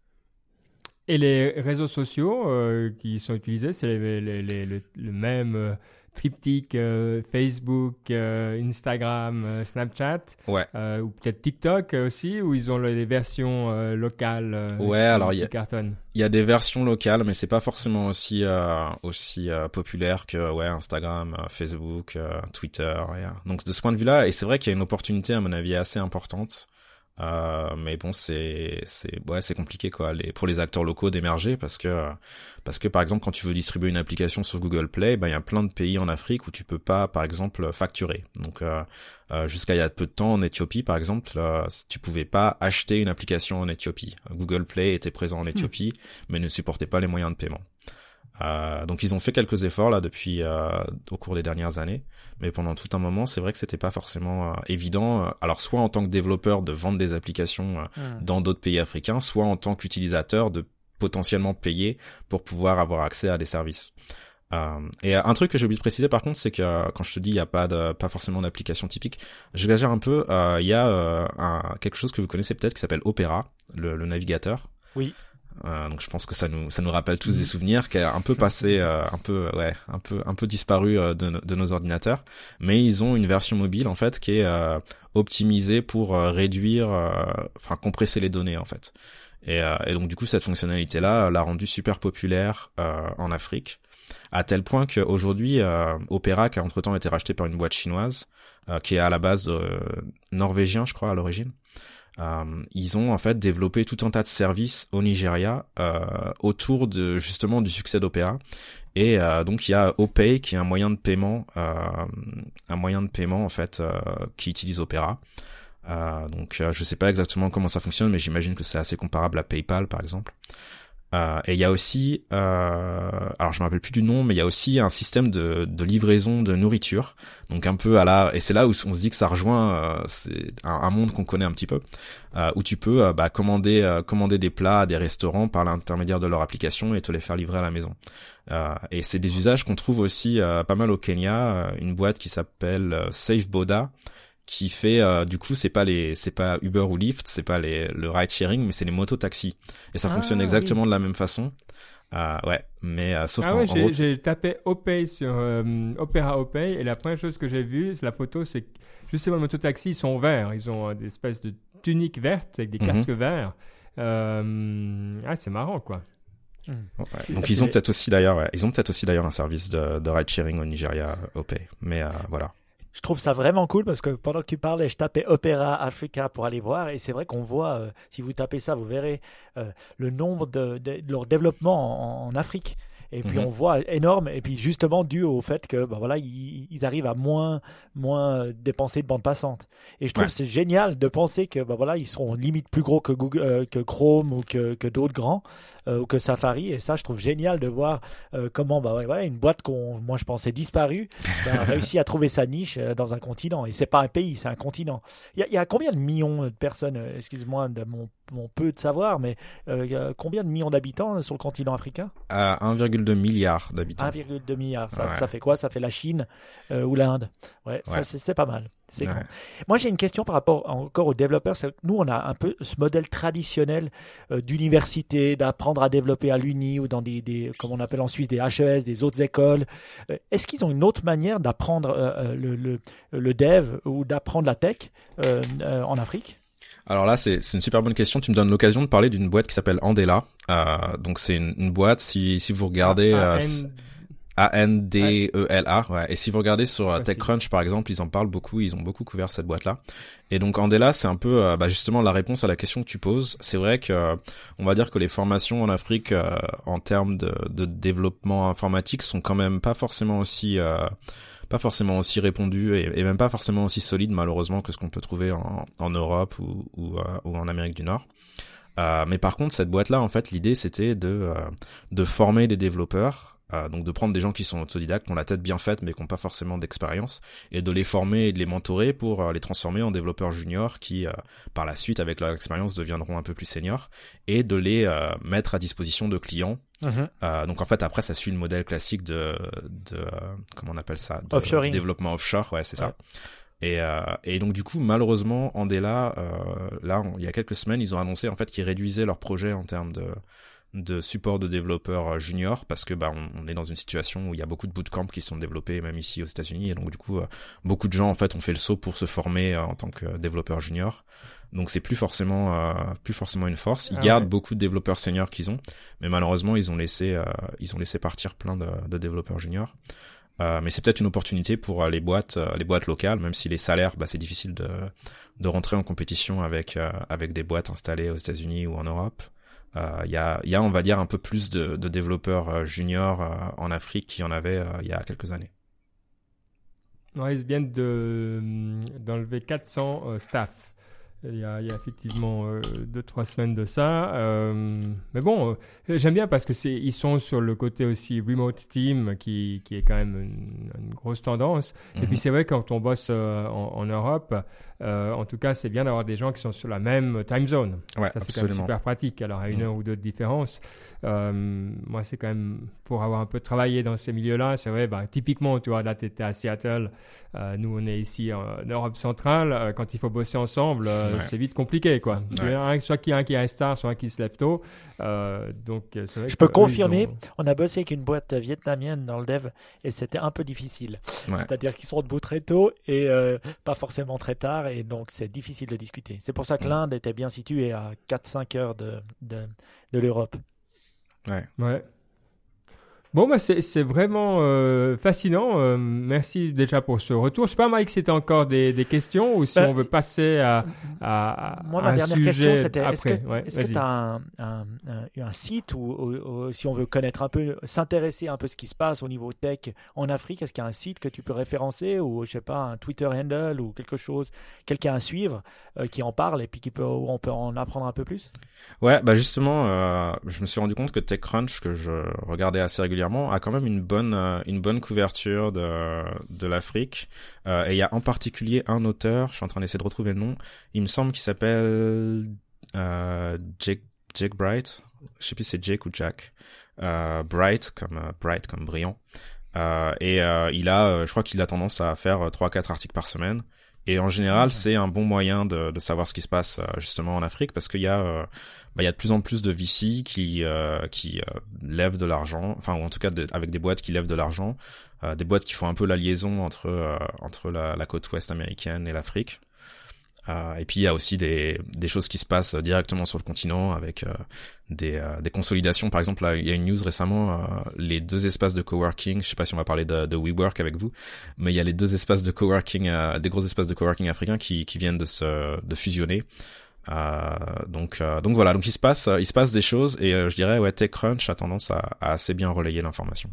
Et les réseaux sociaux euh, qui sont utilisés, c'est les, les, les- le, le même euh, triptyque euh, Facebook, euh, Instagram, euh, Snapchat, Ouais. euh, ou peut-être TikTok euh, aussi, où ils ont le- les versions euh, locales euh, Ouais, qui, alors il y qui a- cartonnent. Il y a des versions locales, mais c'est pas forcément aussi euh, aussi euh, populaire que ouais Instagram, euh, Facebook, euh, Twitter. Et, euh, donc de ce point de vue-là, et c'est vrai qu'il y a une opportunité à mon avis assez importante. Euh, mais bon, c'est c'est ouais c'est compliqué quoi, les pour les acteurs locaux d'émerger parce que euh, parce que par exemple quand tu veux distribuer une application sur Google Play, ben il y a plein de pays en Afrique où tu peux pas par exemple facturer. Donc euh, euh, jusqu'à il y a peu de temps en Éthiopie par exemple, euh, tu pouvais pas acheter une application en Éthiopie. Google Play était présent en Éthiopie, mais ne supportait pas les moyens de paiement. Euh, donc ils ont fait quelques efforts là depuis euh, au cours des dernières années, mais pendant tout un moment c'est vrai que c'était pas forcément euh, évident. Alors soit en tant que développeur de vendre des applications euh, Hmm. dans d'autres pays africains, soit en tant qu'utilisateur de potentiellement payer pour pouvoir avoir accès à des services. Euh, et un truc que j'ai oublié de préciser par contre, c'est que euh, quand je te dis il y a pas de pas forcément d'application typique, j'exagère un peu. Euh, Il y a euh, un, quelque chose que vous connaissez peut-être qui s'appelle Opera, le, le navigateur. Oui. Euh, donc je pense que ça nous ça nous rappelle tous des souvenirs qui a un peu passé euh, un peu ouais un peu un peu disparu euh, de, no- de nos ordinateurs, mais ils ont une version mobile en fait qui est euh, optimisée pour euh, réduire euh, enfin compresser les données en fait. Et, euh, et donc du coup cette fonctionnalité là l'a rendue super populaire euh, en Afrique, à tel point qu'aujourd'hui euh, Opera, qui a entre-temps été racheté par une boîte chinoise euh, qui est à la base euh, norvégien je crois à l'origine. Euh, ils ont en fait développé tout un tas de services au Nigeria euh, autour de justement du succès d'Opera. Et euh, donc il y a OPay qui est un moyen de paiement, euh, un moyen de paiement en fait euh, qui utilise Opera. Euh, donc euh, je sais pas exactement comment ça fonctionne, mais j'imagine que c'est assez comparable à PayPal par exemple. Euh, et il y a aussi, euh, alors je me rappelle plus du nom, mais il y a aussi un système de, de livraison de nourriture, donc un peu à la, et c'est là où on se dit que ça rejoint, euh, c'est un, un monde qu'on connaît un petit peu, euh, où tu peux euh, bah, commander, euh, commander des plats à des restaurants par l'intermédiaire de leur application et te les faire livrer à la maison. Euh, et c'est des usages qu'on trouve aussi euh, pas mal au Kenya, euh, une boîte qui s'appelle euh, SafeBoda, qui fait euh, du coup c'est pas les c'est pas Uber ou Lyft, c'est pas les le ride sharing, mais c'est les motos taxis, et ça Ah, fonctionne oui. exactement de la même façon. Euh, ouais, mais euh, sauf ah qu'en ouais, en j'ai, gros, j'ai tapé Opay sur euh, Opera Opay et la première chose que j'ai vue, c'est la photo, c'est que justement les mototaxis ils sont verts, ils ont euh, des espèces de tuniques vertes avec des Mhm. casques verts. Euh, ah, c'est marrant quoi. Ouais. Donc ils ont peut-être aussi d'ailleurs, ouais, ils ont peut-être aussi d'ailleurs un service de, de ride-sharing au Nigeria, Opay. Mais euh, voilà. Je trouve ça vraiment cool parce que pendant que tu parlais, je tapais Opera Africa pour aller voir et c'est vrai qu'on voit, euh, si vous tapez ça, vous verrez euh, le nombre de, de, de leur développement en, en Afrique. Et puis Mhm. on voit énorme, et puis justement dû au fait que ben voilà, ils, ils arrivent à moins, moins dépenser de bande passante. Et je trouve Ouais. que c'est génial de penser que ben voilà, ils seront limite plus gros que Google, euh, que Chrome ou que, que d'autres grands, euh, ou que Safari. Et ça, je trouve génial de voir euh, comment ben ouais, voilà, une boîte qu'on, moi je pensais disparue, ben, a réussi à trouver sa niche euh, dans un continent. Et c'est pas un pays, c'est un continent. Il y a, il y a combien de millions de personnes, euh, excuse-moi de mon, mon peu de savoir, mais euh, il y a combien de millions d'habitants euh, sur le continent africain? À un virgule deux milliard d'habitants. un virgule deux milliard, ça, Ouais. ça fait quoi? Ça fait la Chine euh, ou l'Inde. Ouais, ça Ouais. c'est, c'est pas mal. C'est Ouais. grand. Moi j'ai une question par rapport encore aux développeurs. C'est que nous on a un peu ce modèle traditionnel euh, d'université, d'apprendre à développer à l'Uni ou dans des, des, comme on appelle en Suisse, des H E S, des autres écoles. Euh, est-ce qu'ils ont une autre manière d'apprendre euh, le, le, le dev ou d'apprendre la tech euh, euh, en Afrique? Alors là, c'est, c'est une super bonne question. Tu me donnes l'occasion de parler d'une boîte qui s'appelle Andela. Euh, donc c'est une, une boîte, si, si vous regardez... Ah, euh, N- A N D E L A, ouais. Et si vous regardez sur euh, Ouais, TechCrunch, par exemple, ils en parlent beaucoup, ils ont beaucoup couvert cette boîte-là. Et donc, Andela, c'est un peu, euh, bah, justement, la réponse à la question que tu poses. C'est vrai que, euh, on va dire que les formations en Afrique, euh, en termes de, de développement informatique, sont quand même pas forcément aussi, euh, pas forcément aussi répandues et, et même pas forcément aussi solides, malheureusement, que ce qu'on peut trouver en, en Europe ou, ou, euh, ou en Amérique du Nord. Euh, mais par contre, cette boîte-là, en fait, l'idée, c'était de, euh, de former des développeurs. Euh, donc de prendre des gens qui sont autodidactes, qui ont la tête bien faite mais qui n'ont pas forcément d'expérience, et de les former et de les mentorer pour euh, les transformer en développeurs juniors qui, euh, par la suite, avec leur expérience, deviendront un peu plus seniors, et de les euh, mettre à disposition de clients. Mm-hmm. Euh, donc en fait, après, ça suit le modèle classique de, de euh, comment on appelle ça, de, Offshoring. du développement offshore, ouais, c'est Ouais. ça. Et, euh, et donc du coup, malheureusement, Andela, euh, là, on, il y a quelques semaines, ils ont annoncé en fait qu'ils réduisaient leur projet en termes de de support de développeurs juniors, parce que bah on, on est dans une situation où il y a beaucoup de bootcamps qui sont développés même ici aux États-Unis, et donc du coup euh, beaucoup de gens en fait ont fait le saut pour se former euh, en tant que développeur junior. Donc c'est plus forcément euh, plus forcément une force. Ils Ah gardent ouais. beaucoup de développeurs seniors qu'ils ont, mais malheureusement ils ont laissé euh, ils ont laissé partir plein de, de développeurs juniors. Euh, mais c'est peut-être une opportunité pour euh, les boîtes euh, les boîtes locales, même si les salaires, bah c'est difficile de de rentrer en compétition avec euh, avec des boîtes installées aux États-Unis ou en Europe. Il euh, y a, y a, on va dire, un peu plus de, de développeurs euh, juniors euh, en Afrique qu'il y en avait euh, il y a quelques années. Ouais, ils viennent de, d'enlever quatre cents euh, staff. Il y, a, il y a effectivement euh, deux, trois semaines de ça. Euh, mais bon, euh, j'aime bien parce que c'est, ils sont sur le côté aussi remote team qui, qui est quand même une, une grosse tendance. Mm-hmm. Et puis c'est vrai, quand on bosse euh, en, en Europe, euh, en tout cas, c'est bien d'avoir des gens qui sont sur la même time zone. Ouais, ça, c'est absolument. quand même super pratique. Alors, à une mm. heure ou deux de différence, euh, moi, c'est quand même, pour avoir un peu travaillé dans ces milieux-là, c'est vrai, bah, typiquement, tu vois, là, tu étais à Seattle. Euh, nous, on est ici en Europe centrale. Euh, quand il faut bosser ensemble, euh, ouais. c'est vite compliqué, quoi. Ouais. Un, soit qu'il y a un qui reste tard, soit un qui se lève tôt. Euh, donc, c'est vrai Je que peux eux, confirmer, ont... on a bossé avec une boîte vietnamienne dans le dev et c'était un peu difficile. Ouais. C'est-à-dire qu'ils sont debout très tôt et euh, pas forcément très tard, et donc c'est difficile de discuter. C'est pour ça que l'Inde était bien située à quatre à cinq heures de, de, de l'Europe. Ouais. Ouais. Bon, bah c'est, c'est vraiment euh, fascinant. Euh, merci déjà pour ce retour. Je sais pas, Mike, si tu as encore des, des questions ou si euh, on veut passer à, à, à moi, ma un dernière sujet question, c'était après. est-ce que ouais, est-ce que tu as un, un, un, un site ou, ou, ou si on veut connaître un peu, s'intéresser un peu ce qui se passe au niveau tech en Afrique, est-ce qu'il y a un site que tu peux référencer ou, je sais pas, un Twitter handle ou quelque chose, quelqu'un à suivre euh, qui en parle et puis qui peut, où on peut en apprendre un peu plus? Ouais, bah justement, euh, je me suis rendu compte que TechCrunch, que je regardais assez régulièrement, a quand même une bonne euh, une bonne couverture de de l'Afrique. Euh, et il y a en particulier un auteur, je suis en train d'essayer de retrouver le nom, il me semble qu'il s'appelle euh, Jake Jake Bright, je sais plus si c'est Jake ou Jack, euh, Bright comme euh, Bright comme brillant. Euh, et euh, il a, je crois qu'il a tendance à faire trois quatre articles par semaine. Et en général, c'est un bon moyen de, de savoir ce qui se passe euh, justement en Afrique, parce qu'il y a, euh, bah, il y a de plus en plus de V C qui euh, qui euh, lèvent de l'argent, enfin ou en tout cas de, avec des boîtes qui lèvent de l'argent, euh, des boîtes qui font un peu la liaison entre euh, entre la, la côte ouest américaine et l'Afrique. Euh, et puis il y a aussi des des choses qui se passent directement sur le continent avec euh, des euh, des consolidations. Par exemple, là, il y a une news récemment, euh, les deux espaces de coworking. Je sais pas si on va parler de, de WeWork avec vous, mais il y a les deux espaces de coworking, euh, des gros espaces de coworking africains qui qui viennent de se de fusionner. Euh, donc euh, donc voilà, donc il se passe il se passe des choses et euh, je dirais ouais TechCrunch a tendance à, à assez bien relayer l'information.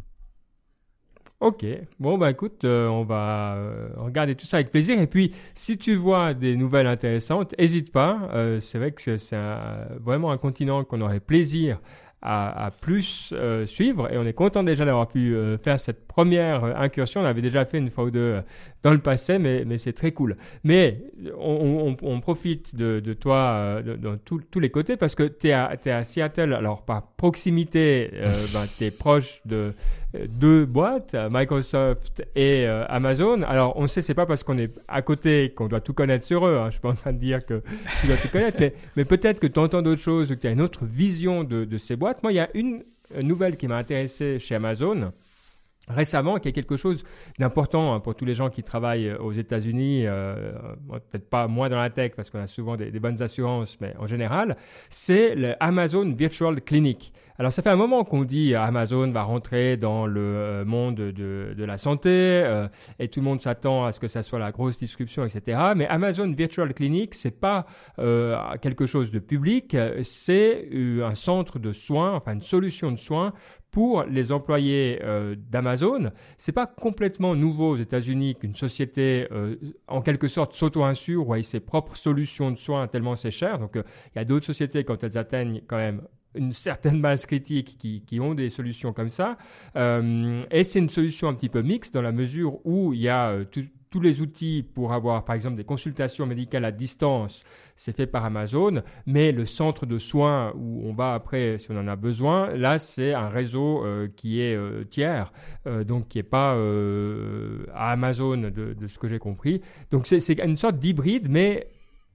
Ok, bon bah écoute, euh, on va euh, regarder tout ça avec plaisir. Et puis, si tu vois des nouvelles intéressantes, n'hésite pas. Euh, c'est vrai que c'est, c'est un, vraiment un continent qu'on aurait plaisir à, à plus euh, suivre. Et on est content déjà d'avoir pu euh, faire cette première euh, incursion. On avait déjà fait une fois ou deux euh, dans le passé, mais, mais c'est très cool. Mais on, on, on profite de, de toi euh, de, de tous tous les côtés parce que tu es à, t'es à Seattle. Alors, par proximité, euh, ben, tu es proche de deux boîtes, Microsoft et euh, Amazon. Alors, on sait, c'est pas parce qu'on est à côté qu'on doit tout connaître sur eux. Hein. Je suis pas en train de dire que tu dois tout connaître, mais, mais peut-être que tu entends d'autres choses ou que tu as une autre vision de, de ces boîtes. Moi, il y a une nouvelle qui m'a intéressé chez Amazon récemment, qui est quelque chose d'important hein, pour tous les gens qui travaillent aux États-Unis, euh, peut-être pas moins dans la tech parce qu'on a souvent des, des bonnes assurances, mais en général, c'est le Amazon Virtual Clinic. Alors, ça fait un moment qu'on dit Amazon va rentrer dans le monde de, de la santé euh, et tout le monde s'attend à ce que ça soit la grosse disruption, et cetera. Mais Amazon Virtual Clinic, c'est pas euh, quelque chose de public, c'est un centre de soins, enfin une solution de soins pour les employés euh, d'Amazon. C'est pas complètement nouveau aux États-Unis qu'une société, euh, en quelque sorte, s'auto-insure ou ait ses propres solutions de soins tellement c'est cher. Donc, il euh, y a d'autres sociétés, quand elles atteignent quand même une certaine masse critique qui, qui ont des solutions comme ça. Euh, et c'est une solution un petit peu mixte dans la mesure où il y a euh, tout, tous les outils pour avoir, par exemple, des consultations médicales à distance. C'est fait par Amazon, mais le centre de soins où on va après, si on en a besoin, là, c'est un réseau euh, qui est euh, tiers, euh, donc qui n'est pas euh, à Amazon de, de ce que j'ai compris. Donc, c'est, c'est une sorte d'hybride, mais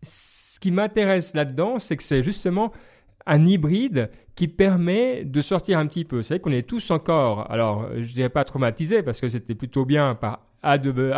ce qui m'intéresse là-dedans, c'est que c'est justement un hybride qui permet de sortir un petit peu. C'est vrai qu'on est tous encore, alors je dirais pas traumatisés parce que c'était plutôt bien par A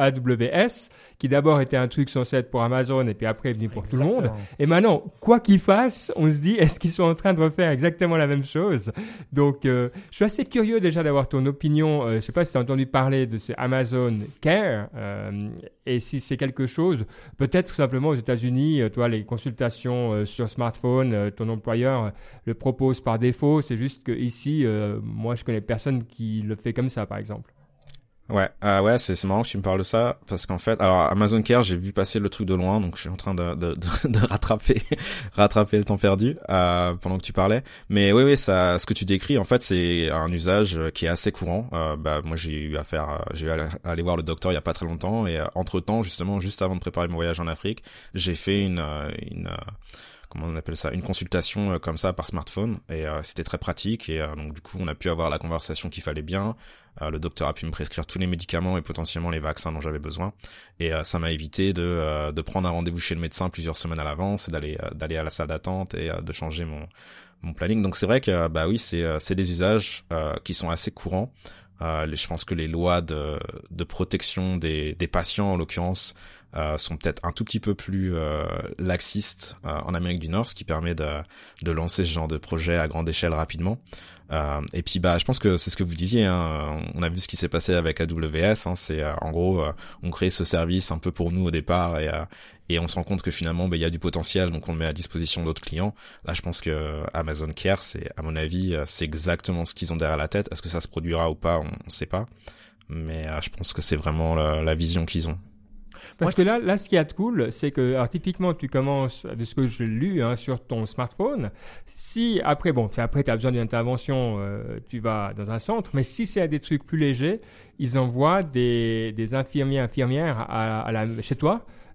W S, qui d'abord était un truc censé être pour Amazon et puis après est venu pour exactement. Tout le monde. Et maintenant, quoi qu'ils fassent, on se dit, est-ce qu'ils sont en train de refaire exactement la même chose? Donc, euh, je suis assez curieux déjà d'avoir ton opinion. Euh, je ne sais pas si tu as entendu parler de ce Amazon Care euh, et si c'est quelque chose, peut-être simplement aux États-Unis, euh, toi, les consultations euh, sur smartphone, euh, ton employeur euh, le propose par défaut. C'est juste qu'ici, euh, moi, je connais personne qui le fait comme ça, par exemple. Ouais, euh, ouais, c'est, c'est marrant que tu me parles de ça parce qu'en fait, alors Amazon Care, j'ai vu passer le truc de loin, donc je suis en train de de, de, de rattraper rattraper le temps perdu euh, pendant que tu parlais. Mais oui, oui, ça, ce que tu décris, en fait, c'est un usage qui est assez courant. Euh, bah moi, j'ai eu à faire, j'ai eu à aller voir le docteur il y a pas très longtemps et euh, entre temps, justement, juste avant de préparer mon voyage en Afrique, j'ai fait une une euh, comment on appelle ça, une consultation euh, comme ça par smartphone et euh, c'était très pratique et euh, donc du coup on a pu avoir la conversation qu'il fallait bien. Euh, le docteur a pu me prescrire tous les médicaments et potentiellement les vaccins dont j'avais besoin et euh, ça m'a évité de euh, de prendre un rendez-vous chez le médecin plusieurs semaines à l'avance et d'aller euh, d'aller à la salle d'attente et euh, de changer mon mon planning. Donc c'est vrai que bah oui, c'est euh, c'est des usages euh, qui sont assez courants. Euh, les, je pense que les lois de de protection des des patients en l'occurrence Euh, sont peut-être un tout petit peu plus euh, laxistes euh, en Amérique du Nord, ce qui permet de, de lancer ce genre de projet à grande échelle rapidement. Euh, et puis bah je pense que c'est ce que vous disiez, hein, on a vu ce qui s'est passé avec A W S, hein, c'est euh, en gros euh, on crée ce service un peu pour nous au départ et euh, et on se rend compte que finalement bah il y a du potentiel, donc on le met à disposition d'autres clients. Là je pense que Amazon Care, c'est à mon avis c'est exactement ce qu'ils ont derrière la tête. Est-ce que ça se produira ou pas, on, on sait pas, mais euh, je pense que c'est vraiment la, la vision qu'ils ont. Parce ouais. que là, là, ce qui est cool, c'est que, alors, typiquement, tu commences, de ce que j'ai lu, hein, sur ton smartphone. Si, après, bon, si après, tu as besoin d'une intervention, euh, tu vas dans un centre. Mais si c'est à des trucs plus légers, ils envoient des, des infirmiers, infirmières à, à la, chez toi.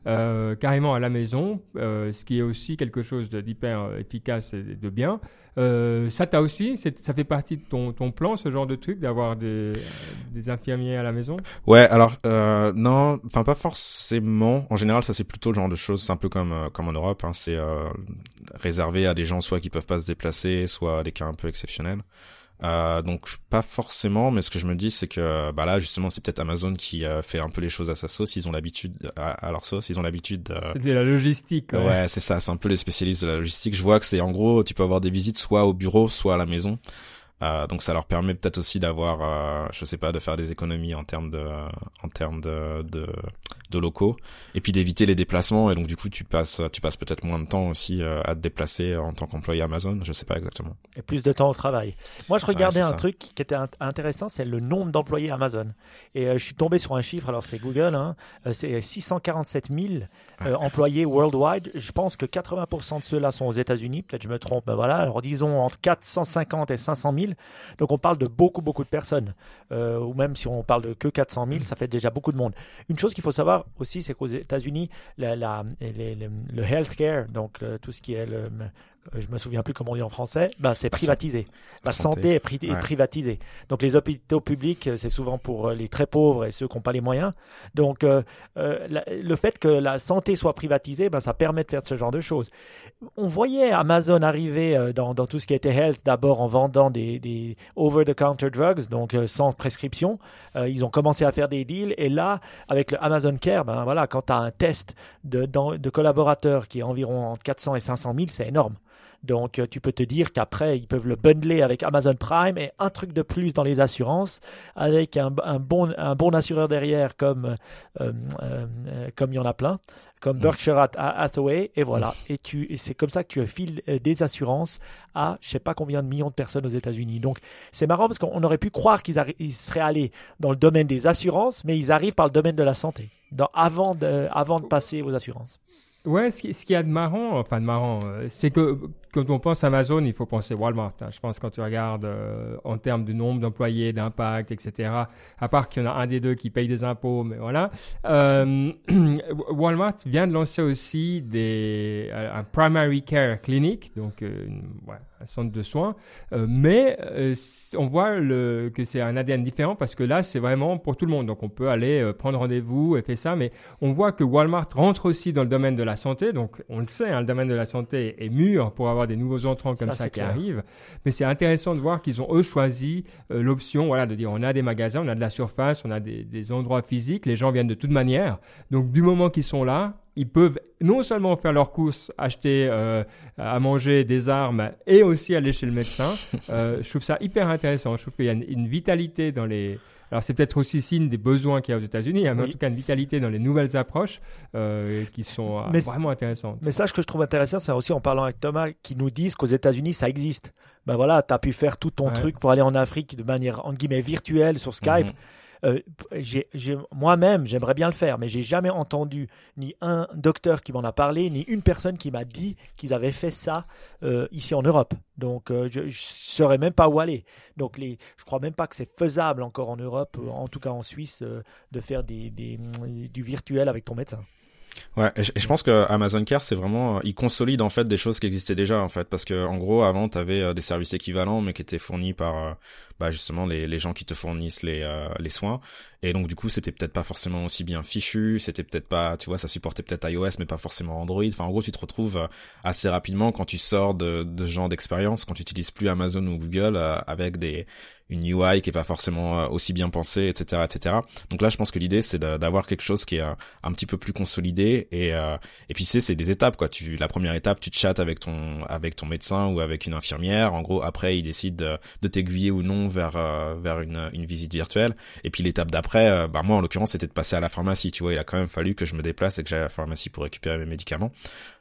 euh, carrément à la maison, euh, ce qui est aussi quelque chose de, d'hyper efficace et de bien. Euh, ça t'as aussi, c'est, ça fait partie de ton, ton plan, ce genre de truc, d'avoir des, des infirmiers à la maison? Ouais, alors euh, non, enfin pas forcément. En général, ça c'est plutôt le genre de choses, c'est un peu comme euh, comme en Europe, hein, c'est euh, réservé à des gens soit qui peuvent pas se déplacer, soit à des cas un peu exceptionnels. Euh, donc pas forcément, mais ce que je me dis c'est que bah là justement c'est peut-être Amazon qui euh, fait un peu les choses à sa sauce, ils ont l'habitude à, à leur sauce, ils ont l'habitude euh... c'est de la logistique. Ouais. ouais, c'est ça, c'est un peu les spécialistes de la logistique. Je vois que c'est en gros tu peux avoir des visites soit au bureau, soit à la maison. Euh, donc ça leur permet peut-être aussi d'avoir, euh, je sais pas, de faire des économies en termes de, en termes de, de, de locaux, et puis d'éviter les déplacements. Et donc du coup tu passes, tu passes peut-être moins de temps aussi euh, à te déplacer en tant qu'employé Amazon. Je sais pas exactement. Et plus de temps au travail. Moi je regardais ouais, un ça. truc qui était int- intéressant, c'est le nombre d'employés Amazon. Et euh, je suis tombé sur un chiffre. Alors c'est Google, hein, euh, c'est six cent quarante-sept mille euh, employés worldwide. Je pense que quatre-vingts pour cent de ceux-là sont aux États-Unis. Peut-être je me trompe, mais voilà. Alors disons entre quatre cent cinquante et cinq cent mille. Donc on parle de beaucoup, beaucoup de personnes. Euh, ou même si on parle de que quatre cent mille, ça fait déjà beaucoup de monde. Une chose qu'il faut savoir aussi, c'est qu'aux États-Unis, la, la, les, les, le healthcare, donc le, tout ce qui est le... je me souviens plus comment on dit en français, ben, c'est privatisé. La, la santé, santé est, pri- ouais. est privatisée. Donc les hôpitaux publics, c'est souvent pour les très pauvres et ceux qui n'ont pas les moyens. Donc euh, euh, la, le fait que la santé soit privatisée, ben, ça permet de faire ce genre de choses. On voyait Amazon arriver euh, dans, dans tout ce qui était health, d'abord en vendant des, des over-the-counter drugs, donc euh, sans prescription. Euh, ils ont commencé à faire des deals, et là, avec le Amazon Care, ben, voilà, quand tu as un test de, de, de collaborateurs qui est environ entre quatre cents et cinq cent mille, c'est énorme. Donc, tu peux te dire qu'après, ils peuvent le bundler avec Amazon Prime et un truc de plus dans les assurances, avec un, un, bon, un bon assureur derrière, comme, euh, euh, comme il y en a plein, comme Berkshire Hathaway, et voilà. Et, tu, et c'est comme ça que tu files des assurances à je ne sais pas combien de millions de personnes aux États-Unis. Donc, c'est marrant parce qu'on aurait pu croire qu'ils arri- ils seraient allés dans le domaine des assurances, mais ils arrivent par le domaine de la santé, dans, avant, de, avant de passer aux assurances. Ouais, ce qui, ce qui y a de marrant, enfin de marrant, euh, c'est que quand on pense Amazon, il faut penser Walmart. Hein. Je pense que quand tu regardes euh, en termes de nombre d'employés, d'impact, et cetera, à part qu'il y en a un des deux qui paye des impôts, mais voilà. Euh, Walmart vient de lancer aussi des, un primary care clinic, donc euh, une, ouais, un centre de soins, euh, mais euh, on voit le, que c'est un A D N différent parce que là, c'est vraiment pour tout le monde. Donc on peut aller euh, prendre rendez-vous et faire ça, mais on voit que Walmart rentre aussi dans le domaine de la santé, donc on le sait, hein, le domaine de la santé est mûr pour avoir des nouveaux entrants comme ça, ça qui clair. arrivent, mais c'est intéressant de voir qu'ils ont eux choisi euh, l'option, voilà, de dire on a des magasins, on a de la surface, on a des, des endroits physiques, les gens viennent de toute manière, donc du moment qu'ils sont là, ils peuvent non seulement faire leurs courses, acheter euh, à manger des armes et aussi aller chez le médecin. Euh, je trouve ça hyper intéressant. Je trouve qu'il y a une, une vitalité dans les... Alors, c'est peut-être aussi signe des besoins qu'il y a aux États-Unis, hein, mais oui. en tout cas, une vitalité dans les nouvelles approches euh, qui sont euh, vraiment intéressantes. Mais ça, ce que je trouve intéressant, c'est aussi en parlant avec Thomas, qui nous disent qu'aux États-Unis, ça existe. Ben voilà, tu as pu faire tout ton ouais. truc pour aller en Afrique de manière, entre guillemets, virtuelle sur Skype. Mm-hmm. Euh, j'ai, j'ai, moi-même, j'aimerais bien le faire, mais j'ai jamais entendu ni un docteur qui m'en a parlé, ni une personne qui m'a dit qu'ils avaient fait ça euh, ici en Europe. Donc, euh, je ne saurais même pas où aller. Donc, les, je crois même pas que c'est faisable encore en Europe, en tout cas en Suisse, euh, de faire des, des, du virtuel avec ton médecin. Ouais, et je, et je pense que Amazon Care, c'est vraiment, il consolide en fait des choses qui existaient déjà en fait, parce que en gros avant t'avais euh, des services équivalents mais qui étaient fournis par, euh, bah justement les les gens qui te fournissent les euh, les soins, et donc du coup c'était peut-être pas forcément aussi bien fichu, c'était peut-être pas, tu vois, ça supportait peut-être iOS mais pas forcément Android. Enfin en gros tu te retrouves assez rapidement quand tu sors de de ce genre d'expérience, quand tu utilises plus Amazon ou Google euh, avec des une U I qui est pas forcément aussi bien pensée, et cetera, et cetera. Donc là, je pense que l'idée, c'est d'avoir quelque chose qui est un, un petit peu plus consolidé, et euh, et puis c'est c'est des étapes quoi. Tu la première étape, tu te chattes avec ton avec ton médecin ou avec une infirmière. En gros, après, il décide de, de t'aiguiller ou non vers euh, vers une une visite virtuelle. Et puis l'étape d'après, euh, bah moi en l'occurrence, c'était de passer à la pharmacie. Tu vois, il a quand même fallu que je me déplace et que j'aille à la pharmacie pour récupérer mes médicaments.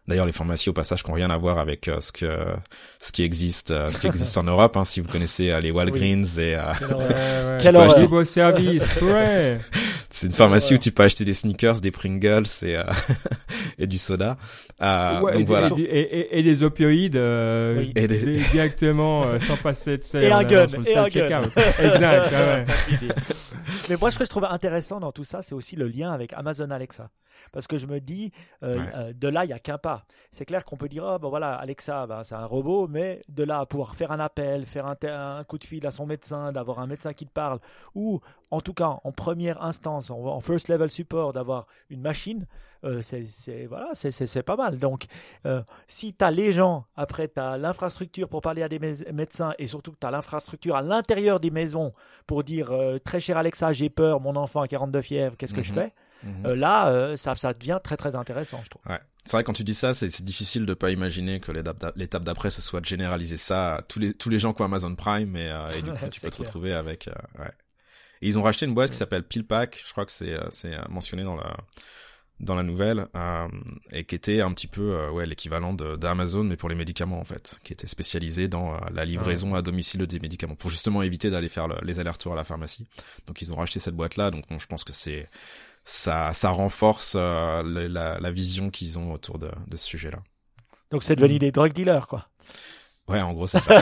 D'ailleurs, les pharmacies au passage qui n'ont rien à voir avec euh, ce que ce qui existe, euh, ce qui existe en Europe. Hein, si vous connaissez euh, les Walgreens oui. et euh, quel ouais, ouais. beau service, ouais. C'est une pharmacie où tu peux acheter des sneakers, des Pringles et euh, et du soda. Euh, ouais, donc et, voilà. Et, et, et des opioïdes euh, oui. et des... directement euh, sans passer de et un gun et un gun. Exact. Ouais. Mais moi, ce que je trouve intéressant dans tout ça, c'est aussi le lien avec Amazon Alexa. Parce que je me dis, euh, ouais. euh, de là, il n'y a qu'un pas. C'est clair qu'on peut dire, oh, ben voilà, Alexa, ben, c'est un robot, mais de là à pouvoir faire un appel, faire un, un coup de fil à son médecin, d'avoir un médecin qui te parle, ou en tout cas, en première instance, en, en first level support, d'avoir une machine, euh, c'est, c'est, voilà, c'est, c'est, c'est pas mal. Donc, euh, si tu as les gens, après, tu as l'infrastructure pour parler à des mé- médecins, et surtout que tu as l'infrastructure à l'intérieur des maisons pour dire, euh, très cher Alexa, j'ai peur, mon enfant a quarante-deux fièvre, qu'est-ce que mm-hmm. je fais? Mmh. Euh, là, euh, ça, ça devient très très intéressant, je trouve. Ouais. C'est vrai, quand tu dis ça, c'est, c'est difficile de pas imaginer que l'étape, l'étape d'après, ce soit de généraliser ça à tous les, tous les gens qui ont Amazon Prime et, euh, et du coup, tu peux clair. te retrouver avec, euh, ouais. Et ils ont racheté une boîte qui s'appelle PillPack, je crois que c'est, c'est mentionné dans la, dans la nouvelle, euh, et qui était un petit peu, euh, ouais, l'équivalent de, d'Amazon, mais pour les médicaments, en fait, qui était spécialisé dans euh, la livraison ouais. à domicile des médicaments, pour justement éviter d'aller faire le, les allers-retours à la pharmacie. Donc, ils ont racheté cette boîte-là, donc bon, je pense que c'est, ça ça renforce euh, le, la, la vision qu'ils ont autour de, de ce sujet-là. Donc c'est devenu mmh. des drug dealers, quoi. Ouais, en gros, c'est ça.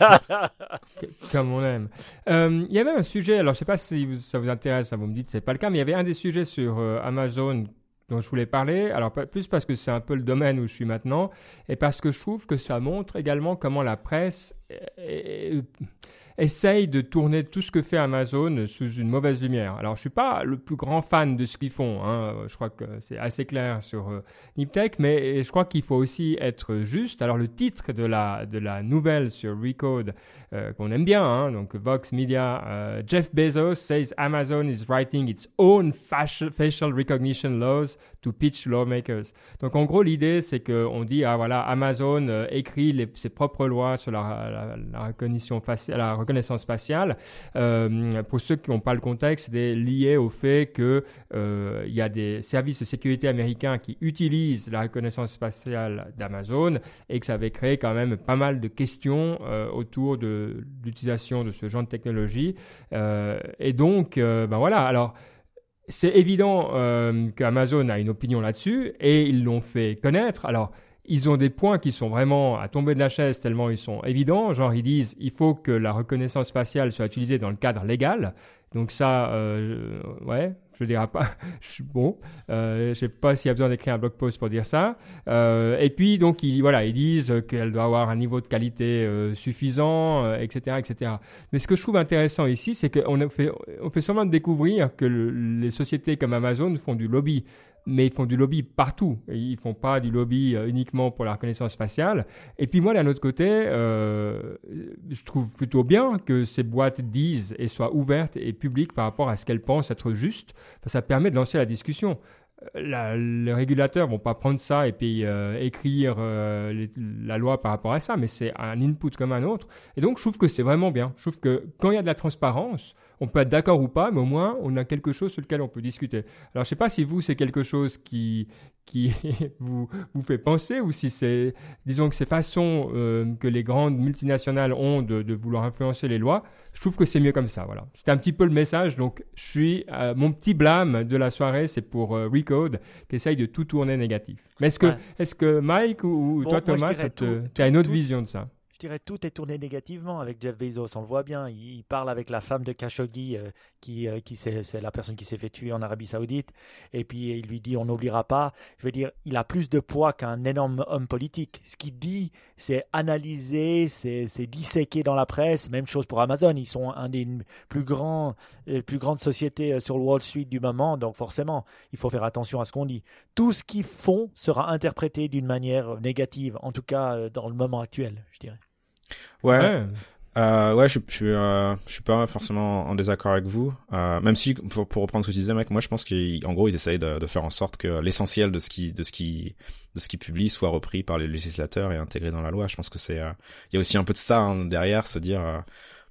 Comme on aime. Il euh, y avait un sujet, alors je sais pas si vous, ça vous intéresse, ça vous me dites c'est pas le cas, mais il y avait un des sujets sur euh, Amazon dont je voulais parler, alors plus parce que c'est un peu le domaine où je suis maintenant, et parce que je trouve que ça montre également comment la presse est, est, essaye de tourner tout ce que fait Amazon sous une mauvaise lumière. Alors, je suis pas le plus grand fan de ce qu'ils font, hein. Je crois que c'est assez clair sur euh, Niptech, mais je crois qu'il faut aussi être juste. Alors, le titre de la, de la nouvelle sur Recode, euh, qu'on aime bien, hein, donc Vox Media, euh, Jeff Bezos says Amazon is writing its own facial, facial recognition laws to pitch lawmakers. Donc, en gros, l'idée, c'est qu'on dit, ah voilà, Amazon euh, écrit les, ses propres lois sur la, la, la reconnaissance faciale, la reconnaissance faciale. Euh, pour ceux qui n'ont pas le contexte, c'est lié au fait qu'il euh, y a des services de sécurité américains qui utilisent la reconnaissance faciale d'Amazon et que ça avait créé quand même pas mal de questions euh, autour de l'utilisation de ce genre de technologie. Euh, et donc, euh, ben voilà, alors c'est évident euh, qu'Amazon a une opinion là-dessus et ils l'ont fait connaître. Alors, ils ont des points qui sont vraiment à tomber de la chaise tellement ils sont évidents. Genre, ils disent il faut que la reconnaissance faciale soit utilisée dans le cadre légal. Donc ça, euh, ouais, je ne dirais pas. Je suis bon. Euh, je ne sais pas s'il y a besoin d'écrire un blog post pour dire ça. Euh, et puis, donc, ils, voilà, ils disent qu'elle doit avoir un niveau de qualité euh, suffisant, euh, et cetera, et cetera. Mais ce que je trouve intéressant ici, c'est qu'on fait, on fait seulement découvrir que le, les sociétés comme Amazon font du lobby. Mais ils font du lobby partout. Ils ne font pas du lobby euh, uniquement pour la reconnaissance faciale. Et puis moi, d'un autre côté, euh, je trouve plutôt bien que ces boîtes disent et soient ouvertes et publiques par rapport à ce qu'elles pensent être juste. Ça permet de lancer la discussion. La, les régulateurs vont pas prendre ça et puis euh, écrire euh, les, la loi par rapport à ça, mais c'est un input comme un autre. Et donc, je trouve que c'est vraiment bien. Je trouve que quand il y a de la transparence, on peut être d'accord ou pas, mais au moins, on a quelque chose sur lequel on peut discuter. Alors, je sais pas si vous, c'est quelque chose qui, qui vous, vous fait penser ou si c'est, disons que ces façons euh, que les grandes multinationales ont de, de vouloir influencer les lois. Je trouve que c'est mieux comme ça, voilà. C'était un petit peu le message. Donc, je suis, euh, mon petit blâme de la soirée, c'est pour euh, Recode, qui essaye de tout tourner négatif. Mais est-ce que, ouais. est-ce que Mike ou, ou bon, toi, Thomas, tu as une autre tout, vision de ça? Je dirais tout est tourné négativement avec Jeff Bezos. On le voit bien. Il, il parle avec la femme de Khashoggi, euh, qui, euh, qui c'est, c'est la personne qui s'est fait tuer en Arabie Saoudite. Et puis, il lui dit, on n'oubliera pas. Je veux dire, il a plus de poids qu'un énorme homme politique. Ce qu'il dit, c'est analysé, c'est, c'est disséqué dans la presse. Même chose pour Amazon. Ils sont un des plus grands, euh, plus grandes sociétés sur Wall Street du moment. Donc, forcément, il faut faire attention à ce qu'on dit. Tout ce qu'ils font sera interprété d'une manière négative, en tout cas euh, dans le moment actuel, je dirais. Ouais, ouais, euh, ouais, je, je suis, euh, je suis pas forcément en désaccord avec vous. Euh, même si, pour, pour reprendre ce que tu disais, mec, moi je pense qu'en gros ils essayent de, de faire en sorte que l'essentiel de ce qui, de ce qui, de ce qui publie soit repris par les législateurs et intégré dans la loi. Je pense que c'est, il euh, y a aussi un peu de ça hein, derrière, se dire, euh,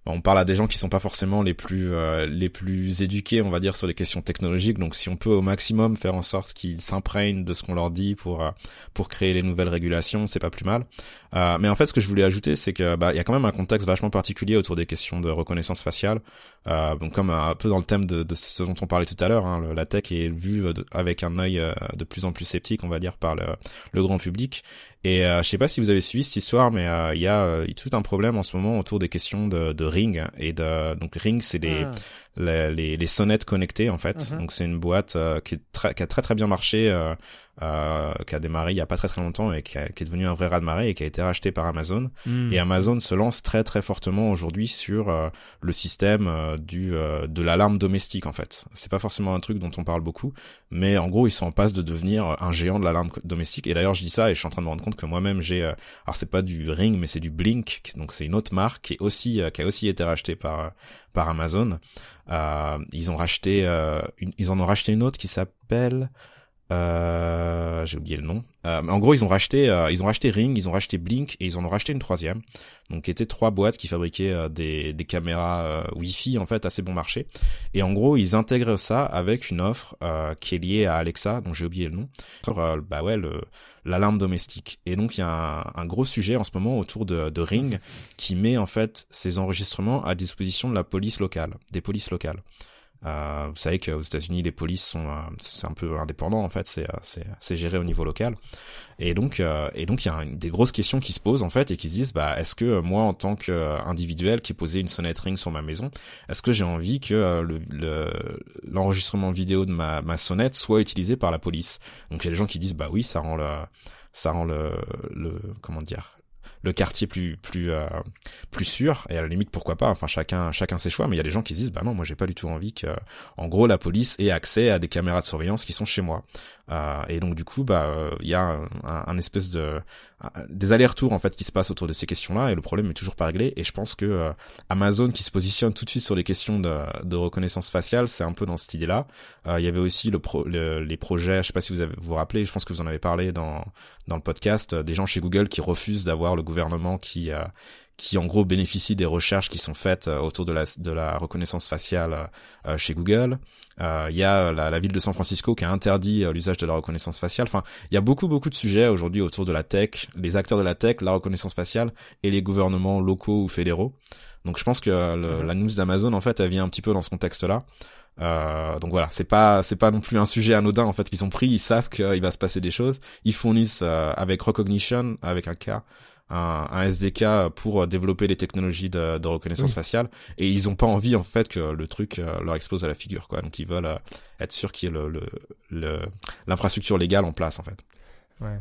on parle à des gens qui sont pas forcément les plus euh, les plus éduqués, on va dire, sur les questions technologiques. Donc si on peut au maximum faire en sorte qu'ils s'imprègnent de ce qu'on leur dit pour euh, pour créer les nouvelles régulations, c'est pas plus mal. Euh, mais en fait, ce que je voulais ajouter, c'est que bah il y a quand même un contexte vachement particulier autour des questions de reconnaissance faciale. Euh, donc comme un peu dans le thème de, de ce dont on parlait tout à l'heure, hein, le, la tech est vue de, avec un œil euh, de plus en plus sceptique, on va dire, par le, le grand public. Et euh, je sais pas si vous avez suivi cette histoire, mais euh, il y a euh, tout un problème en ce moment autour des questions de, de Ring et de donc Ring, c'est les, mmh. les les les sonnettes connectées en fait. Mmh. Donc c'est une boîte euh, qui est très qui a très très bien marché, euh, euh, qui a démarré il y a pas très très longtemps et qui, a, qui est devenu un vrai raz-de-marée et qui a été racheté par Amazon. Mmh. Et Amazon se lance très très fortement aujourd'hui sur euh, le système euh, du euh, de l'alarme domestique en fait. C'est pas forcément un truc dont on parle beaucoup, mais en gros ils sont en passe de devenir un géant de l'alarme domestique. Et d'ailleurs je dis ça et je suis en train de me rendre compte que moi-même j'ai euh, alors c'est pas du Ring mais c'est du Blink, donc c'est une autre marque qui est aussi euh, qui a aussi été rachetée par par Amazon. Euh, ils ont racheté euh, une, ils en ont racheté une autre qui s'appelle euh, j'ai oublié le nom. Euh, mais en gros, ils ont racheté, euh, ils ont racheté Ring, ils ont racheté Blink et ils en ont racheté une troisième. Donc, qui étaient trois boîtes qui fabriquaient euh, des, des caméras euh, Wi-Fi en fait assez bon marché. Et en gros, ils intègrent ça avec une offre euh, qui est liée à Alexa, dont j'ai oublié le nom. Euh, bah ouais, le l'alarme domestique. Et donc, il y a un, un gros sujet en ce moment autour de, de Ring qui met en fait ces enregistrements à disposition de la police locale, des polices locales. Euh, vous savez qu'aux États-Unis, les polices sont, euh, c'est un peu indépendant en fait, c'est, c'est, c'est géré au niveau local. Et donc, euh, et donc, il y a une, des grosses questions qui se posent en fait et qui se disent, bah, est-ce que moi, en tant qu'individuel qui posait une sonnette Ring sur ma maison, est-ce que j'ai envie que euh, le, le, l'enregistrement vidéo de ma, ma sonnette soit utilisé par la police? Donc, il y a des gens qui disent, bah oui, ça rend le, ça rend le, le, comment dire, le quartier plus plus euh, plus sûr, et à la limite pourquoi pas, enfin chacun chacun ses choix, mais il y a des gens qui disent bah non, moi j'ai pas du tout envie que en gros la police ait accès à des caméras de surveillance qui sont chez moi. Euh, et donc du coup bah il y a un, un, un espèce de un, des allers-retours en fait qui se passent autour de ces questions-là et le problème est toujours pas réglé. Et je pense que euh, Amazon qui se positionne tout de suite sur les questions de, de reconnaissance faciale, c'est un peu dans cette idée-là. Euh, il y avait aussi le, pro, le les projets, je sais pas si vous avez, vous vous rappelez, je pense que vous en avez parlé dans dans le podcast, euh, des gens chez Google qui refusent d'avoir le gouvernement qui euh, qui en gros bénéficie des recherches qui sont faites euh, autour de la de la reconnaissance faciale euh, chez Google. Il euh, y a la, la ville de San Francisco qui a interdit euh, l'usage de la reconnaissance faciale. Enfin, il y a beaucoup beaucoup de sujets aujourd'hui autour de la tech, les acteurs de la tech, la reconnaissance faciale et les gouvernements locaux ou fédéraux. Donc je pense que euh, le, mmh. la news d'Amazon en fait elle vient un petit peu dans ce contexte-là. Euh, donc voilà, c'est pas c'est pas non plus un sujet anodin en fait qu'ils ont pris. Ils savent qu'il va se passer des choses. Ils fournissent euh, avec Recognition, avec un K, un, un S D K pour développer les technologies de, de reconnaissance oui. faciale, et ils ont pas envie en fait que le truc euh, leur explose à la figure quoi. Donc ils veulent euh, être sûrs qu'il y ait le, le, le l'infrastructure légale en place en fait. Ouais.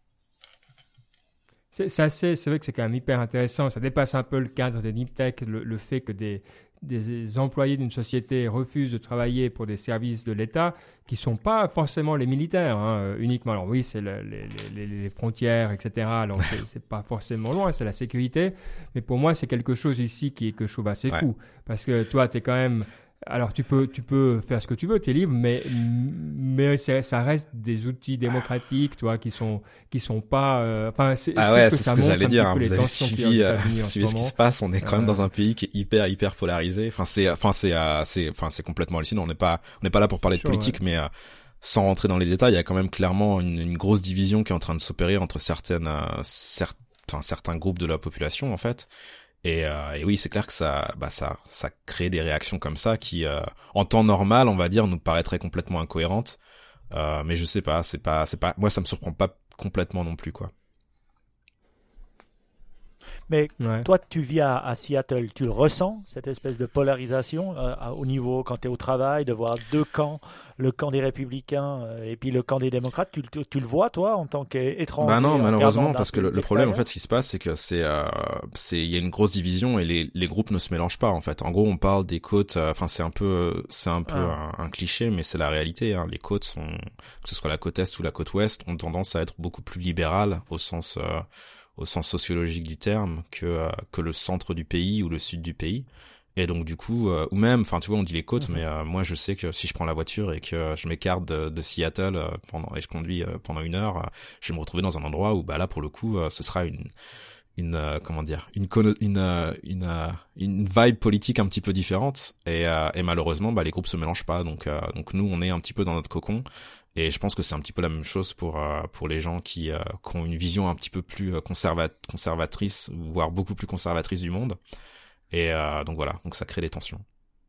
C'est, c'est assez, c'est vrai que c'est quand même hyper intéressant. Ça dépasse un peu le cadre des deep tech, le, le fait que des des employés d'une société refusent de travailler pour des services de l'État qui sont pas forcément les militaires hein, uniquement. Alors oui, c'est le, les, les, les frontières, et cetera. Alors c'est, c'est pas forcément loin, c'est la sécurité. Mais pour moi, c'est quelque chose ici qui est que je trouve assez ouais. fou. Parce que toi, t'es quand même... Alors tu peux tu peux faire ce que tu veux, t'es libre, mais mais c'est, ça reste des outils démocratiques, toi, qui sont qui sont pas. Enfin, euh, c'est, ah ouais, c'est ce que j'allais dire. Hein, vous avez suivi, euh, suivi ce qui se passe. On est quand euh... même dans un pays qui est hyper hyper polarisé. Enfin c'est enfin c'est euh, c'est enfin c'est complètement hallucinant. On n'est pas on n'est pas là pour parler de chaud, politique, ouais. mais euh, sans rentrer dans les détails, il y a quand même clairement une, une grosse division qui est en train de s'opérer entre certaines euh, cer- enfin, certains groupes de la population en fait. Et, euh, et oui, c'est clair que ça, bah ça, ça crée des réactions comme ça qui, euh, en temps normal, on va dire, nous paraîtraient complètement incohérentes. Euh, mais je sais pas, c'est pas, c'est pas, moi ça me surprend pas complètement non plus quoi. Mais ouais. toi, tu vis à, à Seattle, tu le ressens, cette espèce de polarisation euh, au niveau, quand tu es au travail, de voir deux camps, le camp des républicains euh, et puis le camp des démocrates, tu, tu, tu le vois, toi, en tant qu'étranger? Bah non, malheureusement, parce que le, le problème, en fait, ce qui se passe, c'est que c'est, euh, c'est, il y a une grosse division et les, les groupes ne se mélangent pas, en fait. En gros, on parle des côtes, enfin, euh, c'est un peu, c'est un peu ah. un, un cliché, mais c'est la réalité, hein. Les côtes sont, que ce soit la côte Est ou la côte Ouest, ont tendance à être beaucoup plus libérales au sens, euh, au sens sociologique du terme que euh, que le centre du pays ou le sud du pays. Et donc du coup euh, ou même enfin tu vois on dit les côtes mmh. mais euh, moi je sais que si je prends la voiture et que je m'écarte de, de Seattle euh, pendant et je conduis euh, pendant une heure, euh, je vais me retrouver dans un endroit où bah là pour le coup euh, ce sera une une euh, comment dire une conno- une euh, une euh, une vibe politique un petit peu différente et euh, et malheureusement bah les groupes se mélangent pas donc euh, donc nous on est un petit peu dans notre cocon et je pense que c'est un petit peu la même chose pour euh, pour les gens qui, euh, qui ont une vision un petit peu plus conserva- conservatrice voire beaucoup plus conservatrice du monde et euh, donc voilà donc ça crée des tensions.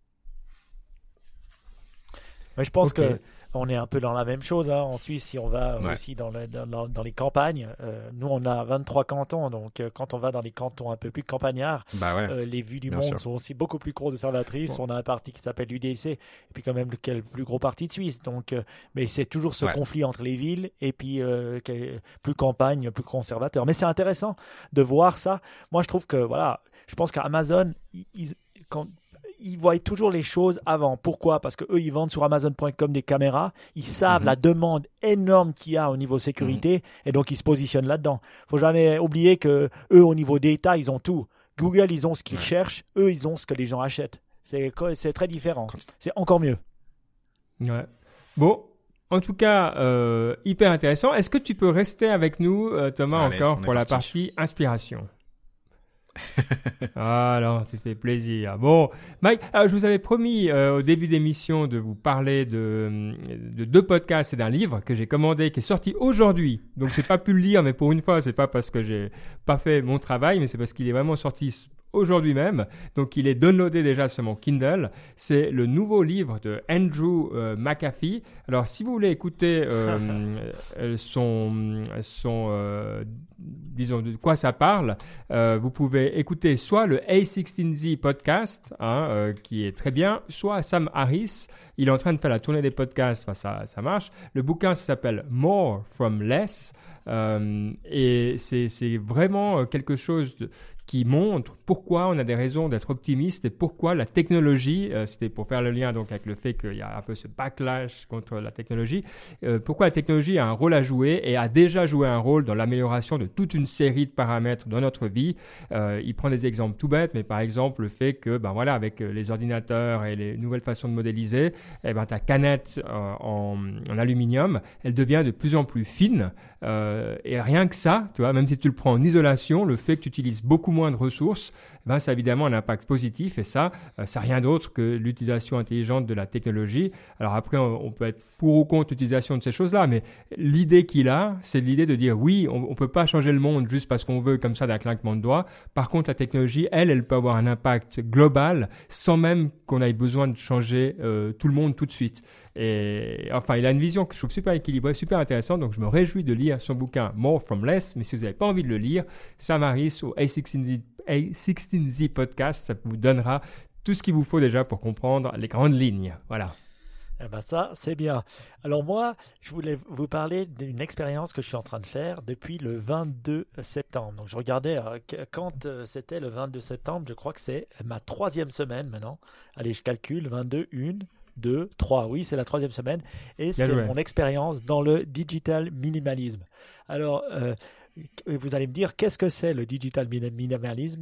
Mais je pense okay. que on est un peu dans la même chose. Hein. En Suisse, si on va ouais. aussi dans, le, dans, dans les campagnes, euh, nous on a vingt-trois cantons, donc euh, quand on va dans les cantons un peu plus campagnards, bah ouais, euh, les vues du monde sûr. sont aussi beaucoup plus conservatrices. Bon. On a un parti qui s'appelle l'U D C, et puis quand même le, le plus gros parti de Suisse. Donc, euh, mais c'est toujours ce ouais. conflit entre les villes et puis euh, plus campagne, plus conservateur. Mais c'est intéressant de voir ça. Moi, je trouve que voilà, je pense qu'Amazon, ils, ils, quand ils voient toujours les choses avant. Pourquoi ? Parce qu'eux, ils vendent sur Amazon point com des caméras. Ils savent mm-hmm. la demande énorme qu'il y a au niveau sécurité mm-hmm. et donc ils se positionnent là-dedans. Il ne faut jamais oublier qu'eux, au niveau data, ils ont tout. Google, ils ont ce qu'ils ouais. cherchent. Eux, ils ont ce que les gens achètent. C'est, c'est très différent. C'est encore mieux. Ouais. Bon, en tout cas, euh, hyper intéressant. Est-ce que tu peux rester avec nous, euh, Thomas, Allez, encore pour parti. la partie inspiration ? Ah non, tu fais plaisir. Bon, Mike, alors, je vous avais promis euh, au début d'émission de vous parler de, de deux podcasts et d'un livre que j'ai commandé, qui est sorti aujourd'hui. Donc, j'ai pas pu le lire, mais pour une fois, c'est pas parce que j'ai pas fait mon travail, mais c'est parce qu'il est vraiment sorti aujourd'hui même. Donc, il est downloadé déjà sur mon Kindle. C'est le nouveau livre de Andrew euh, McAfee. Alors, si vous voulez écouter euh, son, son euh, disons, de quoi ça parle, euh, vous pouvez écouter soit le A seize Z podcast, hein, euh, qui est très bien, soit Sam Harris. Il est en train de faire la tournée des podcasts. Enfin, ça, ça marche. Le bouquin, ça s'appelle More from Less. Euh, et c'est, c'est vraiment quelque chose de, qui montre pourquoi on a des raisons d'être optimiste et pourquoi la technologie, euh, c'était pour faire le lien donc avec le fait qu'il y a un peu ce backlash contre la technologie, euh, pourquoi la technologie a un rôle à jouer et a déjà joué un rôle dans l'amélioration de toute une série de paramètres dans notre vie. Euh, il prend des exemples tout bêtes, mais par exemple le fait que, ben voilà, avec les ordinateurs et les nouvelles façons de modéliser, eh ben ta canette euh, en, en aluminium, elle devient de plus en plus fine. Euh, et rien que ça, tu vois, même si tu le prends en isolation, le fait que tu utilises beaucoup moins de ressources, ben, ça a évidemment un impact positif et ça, euh, c'est rien d'autre que l'utilisation intelligente de la technologie. Alors après, on, on peut être pour ou contre l'utilisation de ces choses-là, mais l'idée qu'il a, c'est l'idée de dire oui, on ne peut pas changer le monde juste parce qu'on veut comme ça d'un claquement de doigts. Par contre, la technologie, elle, elle peut avoir un impact global sans même qu'on ait besoin de changer euh, tout le monde tout de suite. Et enfin, il a une vision que je trouve super équilibrée, super intéressante, donc je me réjouis de lire son bouquin More from Less, mais si vous n'avez pas envie de le lire, Sam Harris au A seize Z podcast, ça vous donnera tout ce qu'il vous faut déjà pour comprendre les grandes lignes. Voilà. Eh ben ça, c'est bien. Alors moi, je voulais vous parler d'une expérience que je suis en train de faire depuis le vingt-deux septembre. Donc je regardais euh, quand euh, c'était le vingt-deux septembre, je crois que c'est ma troisième semaine maintenant. Allez, je calcule, vingt-deux, une, deux, trois. Oui, c'est la troisième semaine. Et c'est mon expérience dans le digital minimalisme. Alors, euh, vous allez me dire, qu'est-ce que c'est le digital minimalisme ?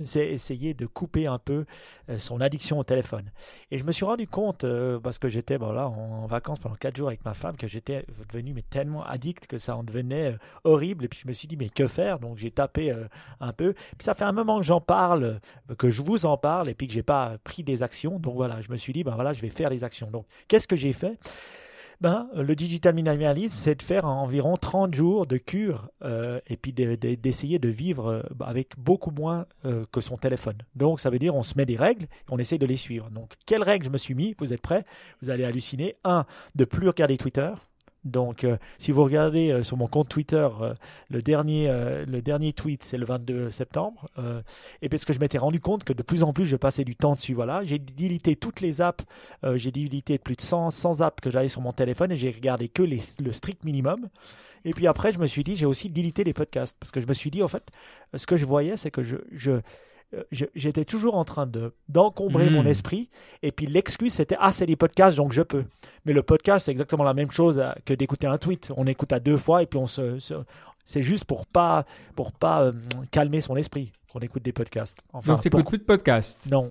C'est essayer de couper un peu euh, son addiction au téléphone. Et je me suis rendu compte, euh, parce que j'étais bon, là, en, en vacances pendant quatre jours avec ma femme, que j'étais devenu mais, tellement addict que ça en devenait euh, horrible. Et puis je me suis dit, mais que faire ? Donc j'ai tapé euh, un peu. Puis ça fait un moment que j'en parle, que je vous en parle, et puis que je n'ai pas pris des actions. Donc voilà, je me suis dit, ben voilà, je vais faire les actions. Donc qu'est-ce que j'ai fait ? Ben, le digital minimalisme, c'est de faire environ trente jours de cure euh, et puis de, de, d'essayer de vivre euh, avec beaucoup moins euh, que son téléphone. Donc, ça veut dire on se met des règles et on essaye de les suivre. Donc, quelles règles je me suis mis ? Vous êtes prêts ? Vous allez halluciner. Un, de plus regarder Twitter. Donc, euh, si vous regardez euh, sur mon compte Twitter, euh, le, dernier, euh, le dernier tweet, c'est le vingt-deux septembre. Euh, et parce que je m'étais rendu compte que de plus en plus, je passais du temps dessus. Voilà. J'ai délité toutes les apps. Euh, j'ai délité plus de cent, cent apps que j'avais sur mon téléphone et j'ai regardé que les, le strict minimum. Et puis après, je me suis dit, j'ai aussi délité les podcasts. Parce que je me suis dit, en fait, ce que je voyais, c'est que je... je Je, j'étais toujours en train de, d'encombrer mmh. mon esprit et puis l'excuse c'était « Ah, c'est des podcasts, donc je peux ». Mais le podcast, c'est exactement la même chose que d'écouter un tweet. On écoute à deux fois et puis on se... se c'est juste pour pas, pour pas euh, calmer son esprit qu'on écoute des podcasts. Enfin, donc, tu n'écoutes pour... plus de podcasts ? Non.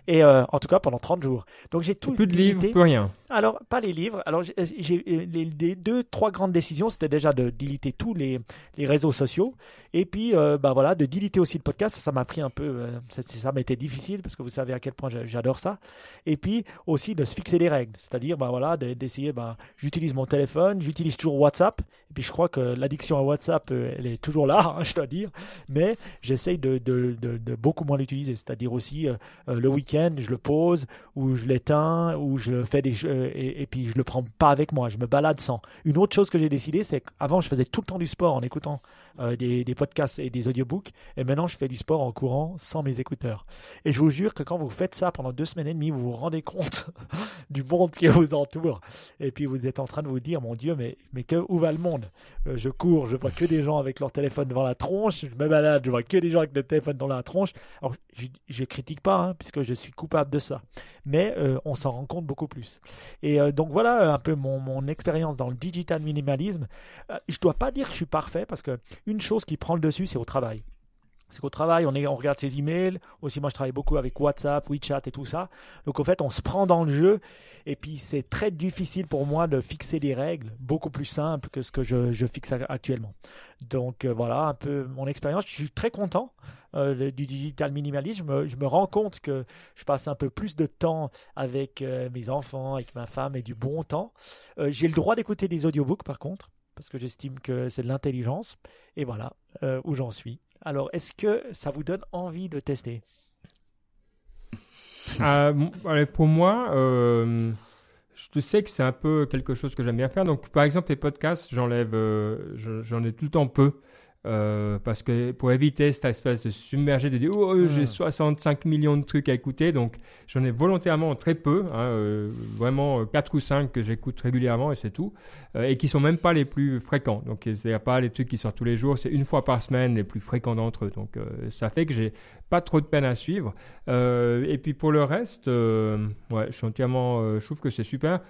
Et euh, en tout cas, pendant trente jours. Donc, j'ai tout Plus de limité. livres, plus rien. Alors, pas les livres. Alors, j'ai, j'ai les, les deux, trois grandes décisions, c'était déjà de déliter tous les, les réseaux sociaux. Et puis, euh, bah voilà, de déliter aussi le podcast. Ça, ça m'a pris un peu, euh, ça, ça m'a été difficile parce que vous savez à quel point j'adore ça. Et puis, aussi de se fixer des règles. C'est-à-dire, bah voilà, d'essayer, bah, j'utilise mon téléphone, j'utilise toujours WhatsApp. Et puis, je crois que l'addiction à WhatsApp, euh, elle est toujours là, hein, je dois dire. Mais j'essaye de, de, de, de beaucoup moins l'utiliser. C'est-à-dire aussi, euh, euh, le week-end, je le pose, ou je l'éteins, ou je fais des euh, et, et puis je le prends pas avec moi, je me balade sans. Une autre chose que j'ai décidé, c'est qu'avant je faisais tout le temps du sport en écoutant euh, des, des podcasts et des audiobooks, et maintenant je fais du sport en courant sans mes écouteurs. Et je vous jure que quand vous faites ça pendant deux semaines et demie, vous vous rendez compte du monde qui vous entoure, et puis vous êtes en train de vous dire, mon Dieu, mais, mais que, où va le monde? euh, Je cours, je vois que des gens avec leur téléphone devant la tronche, je me balade, je vois que des gens avec le téléphone dans la tronche. Alors je ne critique pas, hein, puisque je suis coupable de ça, mais euh, on s'en rend compte beaucoup plus. Et euh, donc voilà un peu mon, mon expérience dans le digital minimalisme. Euh, je ne dois pas dire que je suis parfait, parce qu'une chose qui prend le dessus, c'est au travail. C'est qu'au travail, on, est, on regarde ses emails. Aussi, moi, je travaille beaucoup avec WhatsApp, WeChat et tout ça. Donc, en fait, on se prend dans le jeu. Et puis, c'est très difficile pour moi de fixer des règles beaucoup plus simples que ce que je, je fixe actuellement. Donc, euh, voilà un peu mon expérience. Je suis très content euh, du digital minimalisme. Je me, je me rends compte que je passe un peu plus de temps avec euh, mes enfants, avec ma femme, et du bon temps. Euh, j'ai le droit d'écouter des audiobooks, par contre, parce que j'estime que c'est de l'intelligence. Et voilà euh, où j'en suis. Alors, est-ce que ça vous donne envie de tester? euh, Pour moi, euh, je sais que c'est un peu quelque chose que j'aime bien faire. Donc, par exemple, les podcasts, j'enlève, euh, j'en ai tout le temps peu. Euh, parce que pour éviter cette espèce de submerger de dire oh, oh, j'ai soixante-cinq millions de trucs à écouter, donc j'en ai volontairement très peu, hein, euh, vraiment quatre ou cinq que j'écoute régulièrement et c'est tout, euh, et qui sont même pas les plus fréquents. Donc c'est pas les trucs qui sortent tous les jours, c'est une fois par semaine les plus fréquents d'entre eux. Donc euh, ça fait que j'ai pas trop de peine à suivre. Euh, et puis pour le reste, euh, ouais, je suis entièrement, euh, je trouve que c'est super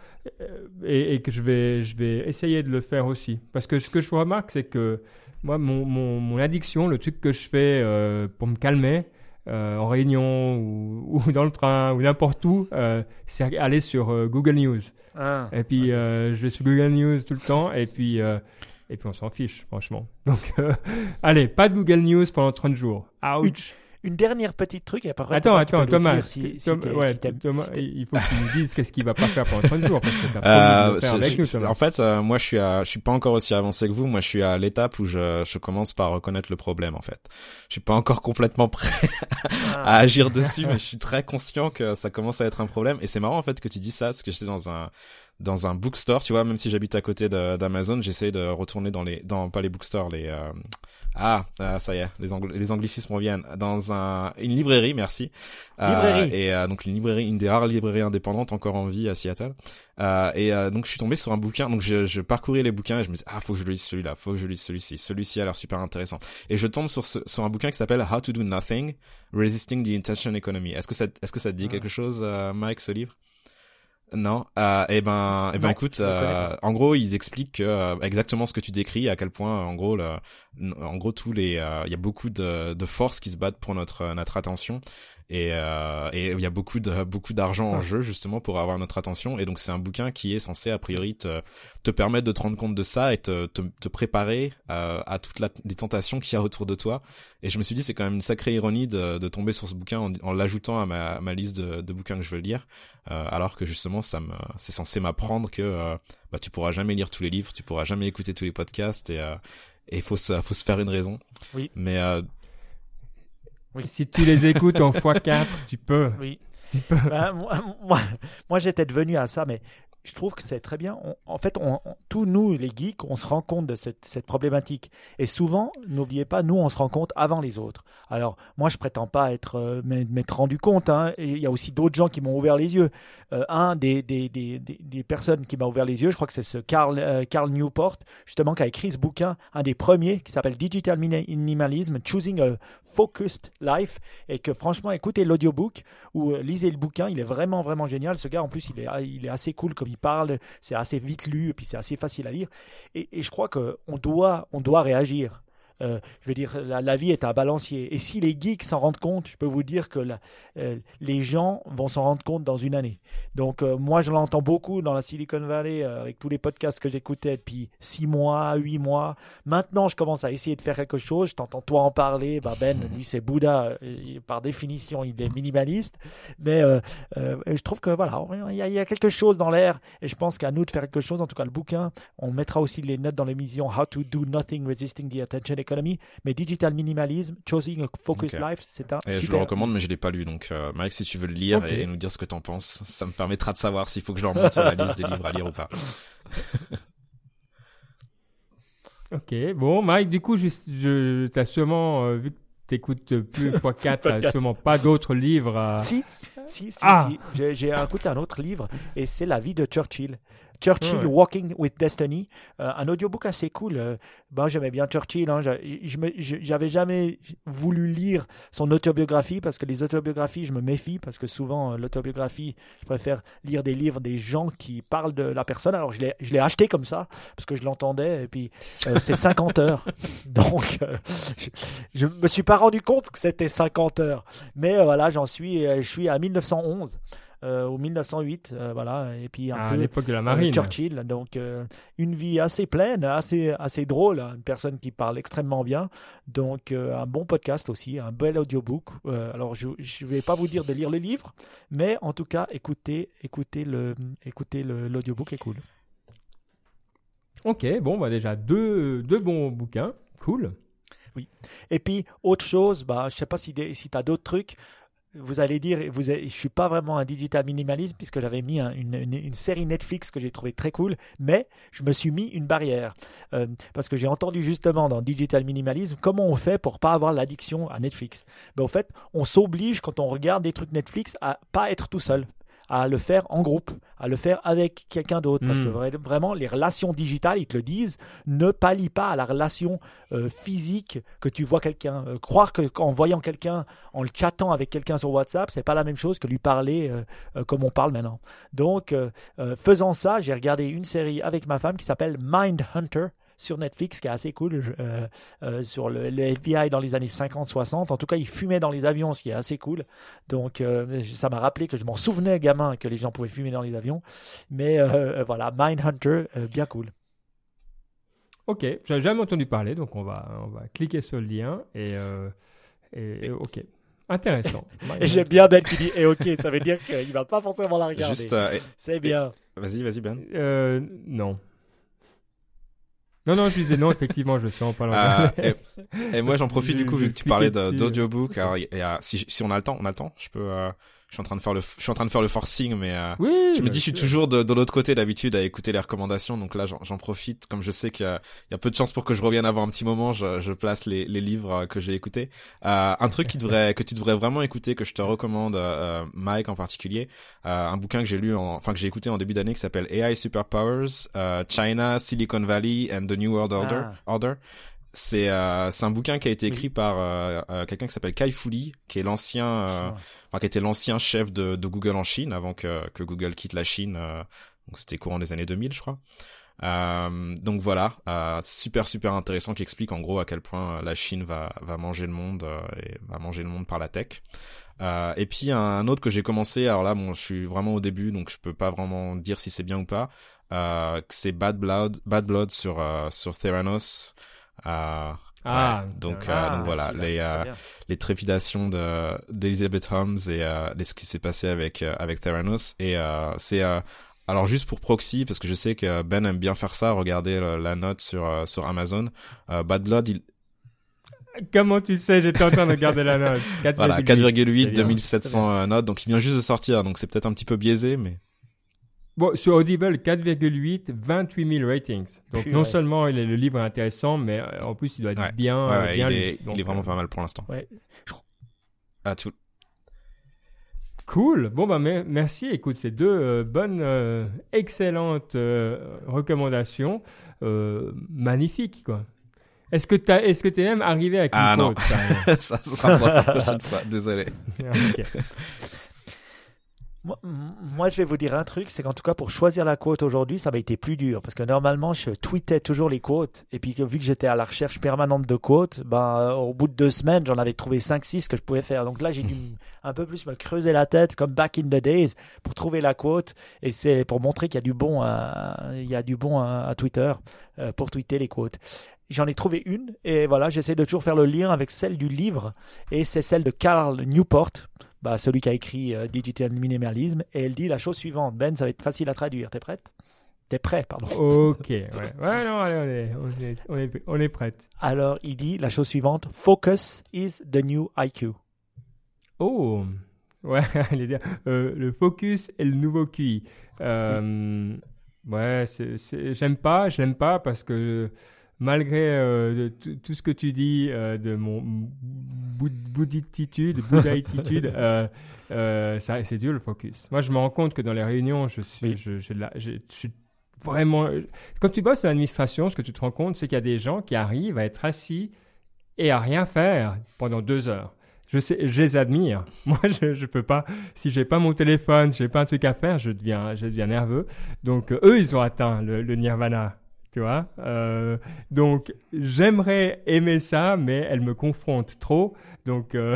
et, et que je vais, je vais essayer de le faire aussi. Parce que ce que je remarque, c'est que moi, mon, mon, mon addiction, le truc que je fais euh, pour me calmer, euh, en réunion ou, ou dans le train ou n'importe où, euh, c'est aller sur euh, Google News. Ah, et puis, okay. euh, je vais sur Google News tout le temps et puis, euh, et puis on s'en fiche, franchement. Donc, euh, allez, pas de Google News pendant trente jours. Ouch! Une dernière petite truc, et après, attends, attends, Thomas, si, si Thomas, ouais, si Thomas si il faut que tu nous dises qu'est-ce qu'il va pas faire pendant trente jours, parce que t'as promis de le faire avec je, nous, Thomas. En fait, euh, moi, je suis à, je suis pas encore aussi avancé que vous. Moi, je suis à l'étape où je, je commence par reconnaître le problème, en fait. Je suis pas encore complètement prêt à agir dessus, mais je suis très conscient que ça commence à être un problème. Et c'est marrant, en fait, que tu dis ça, parce que j'étais dans un, dans un bookstore, tu vois, même si j'habite à côté de, d'Amazon, j'essaie de retourner dans les, dans, pas les bookstores, les, euh, ah, ah, ça y est, les, angl- les anglicismes reviennent. Dans un, une librairie, merci. Librairie. Euh, et euh, donc une librairie, une des rares librairies indépendantes encore en vie à Seattle. Euh, et euh, donc je suis tombé sur un bouquin. Donc je, je parcourais les bouquins et je me dis ah faut que je lise celui-là, faut que je lise celui-ci. Celui-ci a l'air super intéressant. Et je tombe sur ce, sur un bouquin qui s'appelle How to Do Nothing, Resisting the Intention Economy. Est-ce que ça, est-ce que ça te dit ah. quelque chose, euh, Mike, ce livre? Non, euh, eh ben, eh ben, non, écoute, euh, en gros, ils expliquent que, euh, exactement ce que tu décris, à quel point, en gros, le, en gros, tous les, il euh, y a beaucoup de, de forces qui se battent pour notre, notre attention. Et euh, et il y a beaucoup de beaucoup d'argent en jeu justement pour avoir notre attention, et donc c'est un bouquin qui est censé a priori te te permettre de te rendre compte de ça et te te, te préparer euh, à toutes la, les tentations qu'il y a autour de toi. Et je me suis dit c'est quand même une sacrée ironie de de tomber sur ce bouquin en, en l'ajoutant à ma à ma liste de, de bouquins que je veux lire, euh, alors que justement ça me c'est censé m'apprendre que euh, bah tu pourras jamais lire tous les livres, tu pourras jamais écouter tous les podcasts, et euh, et il faut se faut se faire une raison. Oui. Mais euh, Oui. Si tu les écoutes en fois quatre, tu peux. Oui. Tu peux. Ben, moi, moi, moi, j'étais devenu à ça, mais je trouve que c'est très bien. On, en fait, on, on, tous nous, les geeks, on se rend compte de cette, cette problématique. Et souvent, n'oubliez pas, nous, on se rend compte avant les autres. Alors, moi, je prétends pas être euh, m'être rendu compte. Hein, et il y a aussi d'autres gens qui m'ont ouvert les yeux. Euh, un des, des, des, des, des personnes qui m'a ouvert les yeux, je crois que c'est ce Carl, euh, Carl Newport, justement, qui a écrit ce bouquin, un des premiers, qui s'appelle Digital Minimalism, Choosing a Focused Life, et que franchement, écoutez l'audiobook ou euh, lisez le bouquin, il est vraiment, vraiment génial. Ce gars, en plus, il est, il est assez cool comme il parle, c'est assez vite lu, et puis c'est assez facile à lire. Et, et je crois qu'on doit, on doit réagir. Euh, je veux dire, la, la vie est un balancier. Et si les geeks s'en rendent compte, je peux vous dire que la, euh, les gens vont s'en rendre compte dans une année. Donc, euh, moi, je l'entends beaucoup dans la Silicon Valley, euh, avec tous les podcasts que j'écoutais depuis six mois, huit mois. Maintenant, je commence à essayer de faire quelque chose. Je t'entends toi en parler. Bah Ben, lui, c'est Bouddha. Euh, par définition, il est minimaliste. Mais euh, euh, je trouve que voilà, il y, a, il y a quelque chose dans l'air. Et je pense qu'à nous de faire quelque chose. En tout cas, le bouquin, on mettra aussi les notes dans l'émission How to Do Nothing Resisting the Attention Economy. Mais Digital Minimalism, Choosing a Focus okay. Life, c'est un et super... Je le recommande, mais je l'ai pas lu. Donc, euh, Mike, si tu veux le lire okay. et, et nous dire ce que t'en penses, ça me permettra de savoir s'il faut que je le remonte sur la liste des livres à lire ou pas. Ok, bon, Mike, du coup, je, je, t'as sûrement, euh, vu que t'écoutes plus fois quatre, t'as sûrement pas d'autres livres à... Si, si, si, ah. si. J'ai, j'ai écouté un autre livre et c'est La vie de Churchill. Churchill, ouais. Walking with Destiny, euh, un audiobook assez cool. Euh, ben, j'aimais bien Churchill. Hein, je, je me, je, j'avais jamais voulu lire son autobiographie parce que les autobiographies, je me méfie parce que souvent, euh, l'autobiographie, je préfère lire des livres des gens qui parlent de la personne. Alors, je l'ai, je l'ai acheté comme ça parce que je l'entendais et puis euh, c'est cinquante heures. Donc, euh, je, je me suis pas rendu compte que c'était cinquante heures. Mais euh, voilà, j'en suis, euh, je suis à mille neuf cent onze. Euh, au mille neuf cent huit, euh, voilà, et puis un ah, peu à l'époque de la marine. Euh, Churchill, donc euh, une vie assez pleine, assez assez drôle, hein, une personne qui parle extrêmement bien, donc euh, un bon podcast aussi, un bel audiobook. Euh, alors je je vais pas vous dire de lire le livre, mais en tout cas écoutez écoutez le écoutez le, l'audiobook est cool. Ok, bon bah déjà deux deux bons bouquins, cool. Oui. Et puis autre chose, bah je sais pas si des, si t'as d'autres trucs. Vous allez dire, vous avez, je suis pas vraiment un digital minimaliste puisque j'avais mis un, une, une, une série Netflix que j'ai trouvé très cool, mais je me suis mis une barrière euh, parce que j'ai entendu justement dans digital minimalisme comment on fait pour pas avoir l'addiction à Netflix. Ben, au fait, on s'oblige quand on regarde des trucs Netflix à pas être tout seul, à le faire en groupe, à le faire avec quelqu'un d'autre. Parce mmh. que vraiment, les relations digitales, ils te le disent, ne pallient pas à la relation euh, physique que tu vois quelqu'un. Euh, croire qu'en voyant quelqu'un, en le chattant avec quelqu'un sur WhatsApp, c'est pas la même chose que lui parler euh, euh, comme on parle maintenant. Donc, euh, euh, faisant ça, j'ai regardé une série avec ma femme qui s'appelle Mindhunter sur Netflix, qui est assez cool, euh, euh, sur le, le F B I dans les années cinquante soixante. En tout cas, il fumait dans les avions, ce qui est assez cool. Donc, euh, ça m'a rappelé que je m'en souvenais, gamin, que les gens pouvaient fumer dans les avions. Mais euh, voilà, Mindhunter, euh, bien cool. Ok, j'avais jamais entendu parler, donc on va, on va cliquer sur le lien et, euh, et, et ok. Intéressant. Et j'aime bien Ben qui dit et ok, ça veut dire qu'il va pas forcément la regarder. Juste, euh, et, c'est bien. Et, vas-y, vas-y Ben. Euh, non. Non, non, je disais non, effectivement, je suis en parlant. Euh, et, et moi, j'en profite du coup, vu que tu parlais de, d'audiobook. Alors, y a, si, si on a le temps, on a le temps. Je peux, euh, je suis en train de faire le, je suis en train de faire le forcing, mais euh, oui, je me dis, je suis sûr. toujours de, de l'autre côté d'habitude à écouter les recommandations. Donc là, j'en, j'en profite. Comme je sais qu'il y a, il y a peu de chances pour que je revienne avant un petit moment, je, je place les, les livres que j'ai écoutés. Euh, un truc qui devrait, que tu devrais vraiment écouter, que je te recommande, euh, Mike en particulier, euh, un bouquin que j'ai lu, en, enfin que j'ai écouté en début d'année, qui s'appelle A I Superpowers, euh, China, Silicon Valley and the New World Order. Ah. Order. C'est euh, c'est un bouquin qui a été écrit oui. par euh, euh, quelqu'un qui s'appelle Kai Fu Lee, qui est l'ancien, euh, enfin, qui était l'ancien chef de, de Google en Chine avant que que Google quitte la Chine. Euh, donc c'était courant des années deux mille, je crois. Euh, donc voilà, euh, super super intéressant, qui explique en gros à quel point la Chine va va manger le monde euh, et va manger le monde par la tech. Euh, et puis un autre que j'ai commencé, alors là bon, je suis vraiment au début, donc je peux pas vraiment dire si c'est bien ou pas. Euh, c'est Bad Blood, Bad Blood sur euh, sur Theranos. Euh, ah, ouais, donc, ah, euh, donc voilà, les, euh, les trépidations de, d'Elizabeth Holmes et euh, ce qui s'est passé avec, euh, avec Theranos. Et euh, c'est... Euh, alors juste pour proxy, parce que je sais que Ben aime bien faire ça, regardez la, la note sur, euh, sur Amazon. Euh, Bad Blood, il... Comment tu sais, j'étais en train de regarder la note. quatre virgule huit. Voilà, quatre virgule huit, deux mille sept cents euh, notes, donc il vient juste de sortir, donc c'est peut-être un petit peu biaisé, mais... Bon, sur Audible, quatre virgule huit, vingt-huit mille ratings. Donc, Puis, non ouais. seulement il est, le livre est intéressant, mais euh, en plus, il doit être ouais. bien, ouais, ouais, bien il, lu. est, Donc, il est vraiment euh, pas mal pour l'instant. Ouais. Ah, tout... Cool. Bon, bah, me- merci. Écoute, c'est deux euh, bonnes, euh, excellentes euh, recommandations. Euh, magnifiques, quoi. Est-ce que tu est-ce que t'es même arrivé avec une Ah non, quote, ça, ça, ça sera pour la prochaine fois, désolé. Ok. Moi, moi, je vais vous dire un truc, c'est qu'en tout cas, pour choisir la quote aujourd'hui, ça m'a été plus dur. Parce que normalement, je tweetais toujours les quotes. Et puis, que, vu que j'étais à la recherche permanente de quotes, ben, euh, au bout de deux semaines, j'en avais trouvé cinq six que je pouvais faire. Donc là, j'ai dû un peu plus me creuser la tête, comme back in the days, pour trouver la quote. Et c'est pour montrer qu'il y a du bon à, il y a du bon à, à Twitter, euh, pour tweeter les quotes. J'en ai trouvé une. Et voilà, j'essaie de toujours faire le lien avec celle du livre. Et c'est celle de Carl Newport. Bah, celui qui a écrit euh, Digital Minimalism, et elle dit la chose suivante. Ben, ça va être facile à traduire. T'es prête? T'es prêt, pardon. Ok, ouais. Ouais, non, allez, on est, on est, on est, on est prête. Alors, il dit la chose suivante. Focus is the new I Q. Oh, ouais, il est bien. Euh, le focus est le nouveau Q I. Euh, oui. Ouais, c'est, c'est, j'aime pas, je l'aime pas parce que malgré euh, tout ce que tu dis euh, de mon bouddhitude, bouddhaïtitude, euh, euh, ça, c'est dur le focus. Moi, je me rends compte que dans les réunions, je suis, oui. je, je, je, je, je suis vraiment. Quand tu bosses à l'administration, ce que tu te rends compte, c'est qu'il y a des gens qui arrivent à être assis et à rien faire pendant deux heures. Je sais, je les admire. Moi, je, je peux pas. Si j'ai pas mon téléphone, si j'ai pas un truc à faire, je deviens, je deviens nerveux. Donc, euh, eux, ils ont atteint le, le nirvana. Tu vois, euh, donc j'aimerais aimer ça, mais elle me confronte trop. Donc, euh,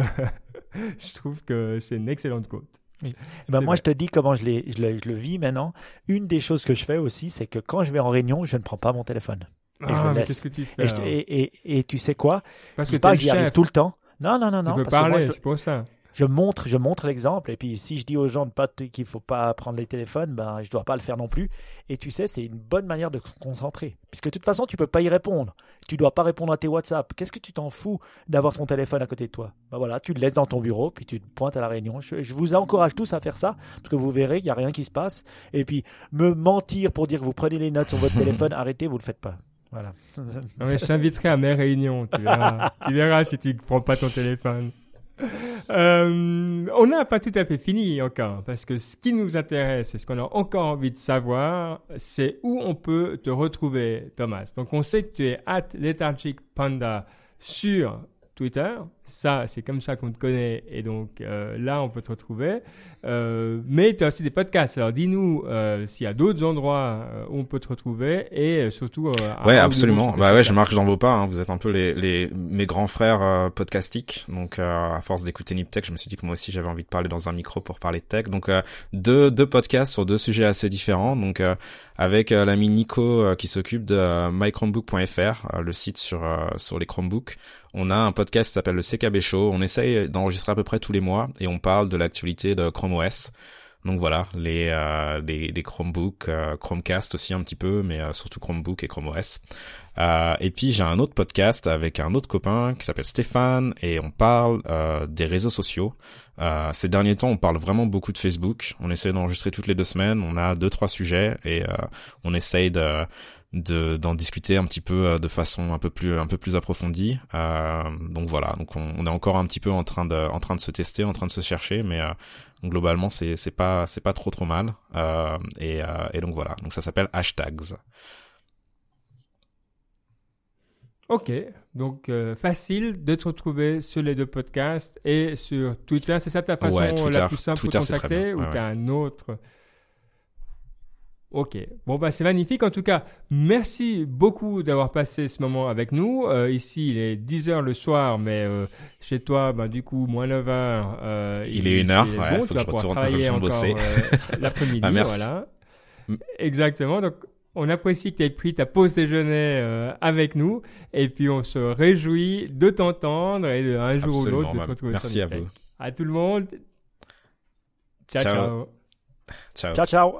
je trouve que c'est une excellente quote. Oui. Ben moi, vrai. je te dis comment je, je, le, je le vis maintenant. Une des choses que je fais aussi, c'est que quand je vais en réunion, je ne prends pas mon téléphone. Et ah, je le laisse. Qu'est-ce que tu fais, et, je, et, et, et tu sais quoi? Parce je que pas que j'y arrive tout le temps. Non, non, non, non. Tu peux parce parler, que moi, je, c'est pour ça. Je montre, je montre l'exemple, et puis si je dis aux gens de pas t- qu'il ne faut pas prendre les téléphones, ben, je ne dois pas le faire non plus. Et tu sais, c'est une bonne manière de se concentrer. Puisque de toute façon, tu ne peux pas y répondre. Tu ne dois pas répondre à tes WhatsApp. Qu'est-ce que tu t'en fous d'avoir ton téléphone à côté de toi? Ben voilà, tu le laisses dans ton bureau, puis tu te pointes à la réunion. Je, je vous encourage tous à faire ça, parce que vous verrez qu'il n'y a rien qui se passe. Et puis, me mentir pour dire que vous prenez les notes sur votre téléphone, arrêtez, vous ne le faites pas. Voilà. Non, mais je t'inviterai à mes réunions, tu verras. Tu verras si tu ne prends pas ton téléphone. Euh, on n'a pas tout à fait fini encore, parce que ce qui nous intéresse et ce qu'on a encore envie de savoir, c'est où on peut te retrouver, Thomas. Donc on sait que tu es at Lethargic Panda sur Twitter, ça c'est comme ça qu'on te connaît, et donc euh, là on peut te retrouver. Euh, mais tu as aussi des podcasts, alors dis-nous euh, s'il y a d'autres endroits euh, où on peut te retrouver, et surtout... Euh, ouais, absolument, bah ouais, je marque dans vos pas, hein. Vous êtes un peu les, les mes grands frères euh, podcastiques, donc euh, à force d'écouter Niptech, je me suis dit que moi aussi j'avais envie de parler dans un micro pour parler de tech, donc euh, deux, deux podcasts sur deux sujets assez différents, donc euh, avec euh, l'ami Nico euh, qui s'occupe de euh, my chromebook point f r, euh, le site sur, euh, sur les Chromebooks. On a un podcast qui s'appelle le C K B Show. On essaye d'enregistrer à peu près tous les mois et on parle de l'actualité de Chrome O S. Donc voilà, les euh, les, les Chromebooks, euh, Chromecast aussi un petit peu, mais euh, surtout Chromebook et Chrome O S. Euh, et puis j'ai un autre podcast avec un autre copain qui s'appelle Stéphane et on parle euh, des réseaux sociaux. Euh, ces derniers temps, on parle vraiment beaucoup de Facebook. On essaie d'enregistrer toutes les deux semaines. On a deux trois sujets et euh, on essaye de de d'en discuter un petit peu euh, de façon un peu plus un peu plus approfondie. Euh, donc voilà, donc on, on est encore un petit peu en train de en train de se tester, en train de se chercher, mais euh, globalement c'est c'est pas c'est pas trop trop mal. Euh, et euh, et donc voilà, donc ça s'appelle Hashtags. Ok, donc euh, facile de te retrouver sur les deux podcasts et sur Twitter. C'est ça ta façon ouais, Twitter, la plus simple Twitter, pour contacter, ou ouais, t'as ouais. un autre? Ok, bon bah c'est magnifique. En tout cas, merci beaucoup d'avoir passé ce moment avec nous. Euh, ici, il est dix heures le soir, mais euh, chez toi, bah, du coup, moins neuf heures. Euh, il, il est une heure, bon, ouais, tu faut vas que je pouvoir retourne, travailler encore bosser. euh, l'après-midi, ah, merci. Voilà. Exactement, donc on apprécie que tu aies pris ta pause déjeuner euh, avec nous, et puis on se réjouit de t'entendre et de, un jour Absolument, ou l'autre de te retrouver. Merci à vous. À tout le monde. Ciao, ciao. Ciao. Ciao, ciao. ciao.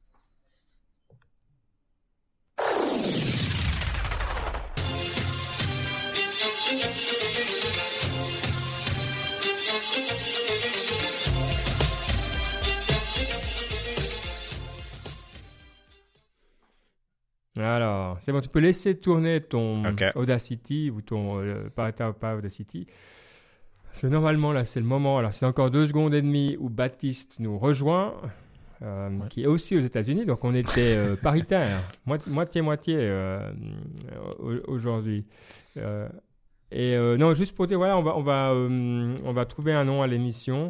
Alors, c'est bon, tu peux laisser tourner ton okay. Audacity ou ton euh, pas, pas Audacity. Parce que normalement, là, c'est le moment. Alors, c'est encore deux secondes et demie où Baptiste nous rejoint, euh, ouais. qui est aussi aux États-Unis. Donc, on était euh, paritaire, moitié-moitié euh, aujourd'hui. Euh, et euh, non, juste pour dire, voilà, on va, on va, euh, on va trouver un nom à l'émission.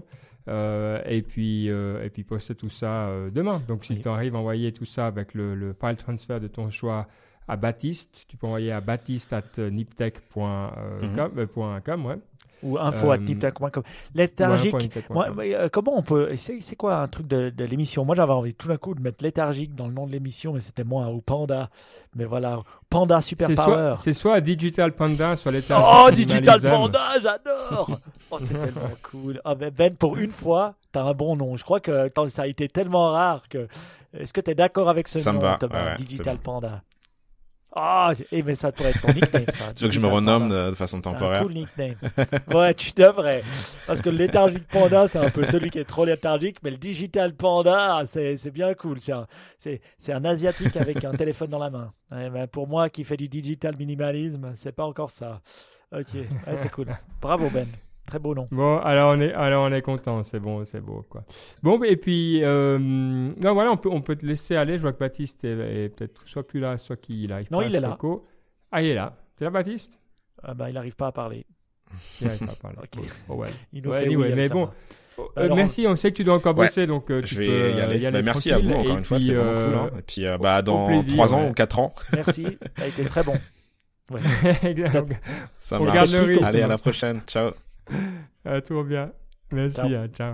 Euh, et puis euh, et puis poster tout ça euh, demain. Donc si Oui. tu arrives à envoyer tout ça avec le, le file transfer de ton choix à Baptiste, tu peux envoyer à baptiste arobase niptech point com, ouais. Ou info Euh, at niptech point com. Léthargique. Ouais, point Moi, com. mais, euh, comment on peut. C'est, c'est quoi un truc de, de l'émission? Moi, j'avais envie tout d'un coup de mettre léthargique dans le nom de l'émission, mais c'était moi ou Panda. Mais voilà, Panda Super C'est Power. soit, c'est soit Digital Panda, soit l'état. Oh, Digital Panda, j'adore! Oh, c'est tellement cool. Ah, ben, Ben, pour une fois, t'as un bon nom. Je crois que attends, ça a été tellement rare que. Est-ce que t'es d'accord avec ce Ça me nom, va, Thomas? ouais, ouais, Digital c'est Panda. Ah, eh, mais ça pourrait être ton nickname, ça. Tu veux que je me Digital renomme Panda. de, de façon C'est un temporaire? cool nickname. Ouais, tu devrais. Parce que le léthargique panda, c'est un peu celui qui est trop léthargique, mais le digital panda, c'est, c'est bien cool. C'est un, c'est, c'est un asiatique avec un téléphone dans la main. Ouais, ben pour moi qui fais du digital minimalisme, c'est pas encore ça. Ok, ouais, c'est cool. Bravo Ben. Très beau nom. Bon, alors on est, alors on est content, c'est bon, c'est beau, quoi. Bon, et puis, euh, non, voilà, on peut, on peut te laisser aller. Je vois que Baptiste est, est peut-être soit plus là, soit qu'il arrive Non, pas. il est là. Coco. Ah, il est là. C'est là, Baptiste? Ah ben, il n'arrive pas à parler. Il n'arrive pas à parler. Ok. Oh, ouais. Il nous Ouais, fait anyway, oui, mais Thomas. bon. Euh, Alors, merci, on sait que tu dois encore Ouais, bosser, donc euh, tu Je vais peux y euh, aller. y aller Bah, merci à vous tranquille. encore Et une fois, puis, c'était vraiment cool. euh, Hein. Et puis euh, bah, dans plaisir, trois ans ouais. ou quatre ans, Merci, ça a été très bon. Ouais. ça On marche. regarde le rythme. Allez, à la prochaine. Ciao. Ah, tout va bien. Merci, Ciao. hein, ciao.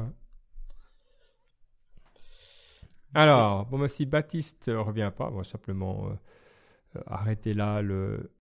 Alors, bon, bah, si Baptiste ne revient pas, bon, simplement euh, euh, arrêtez là le,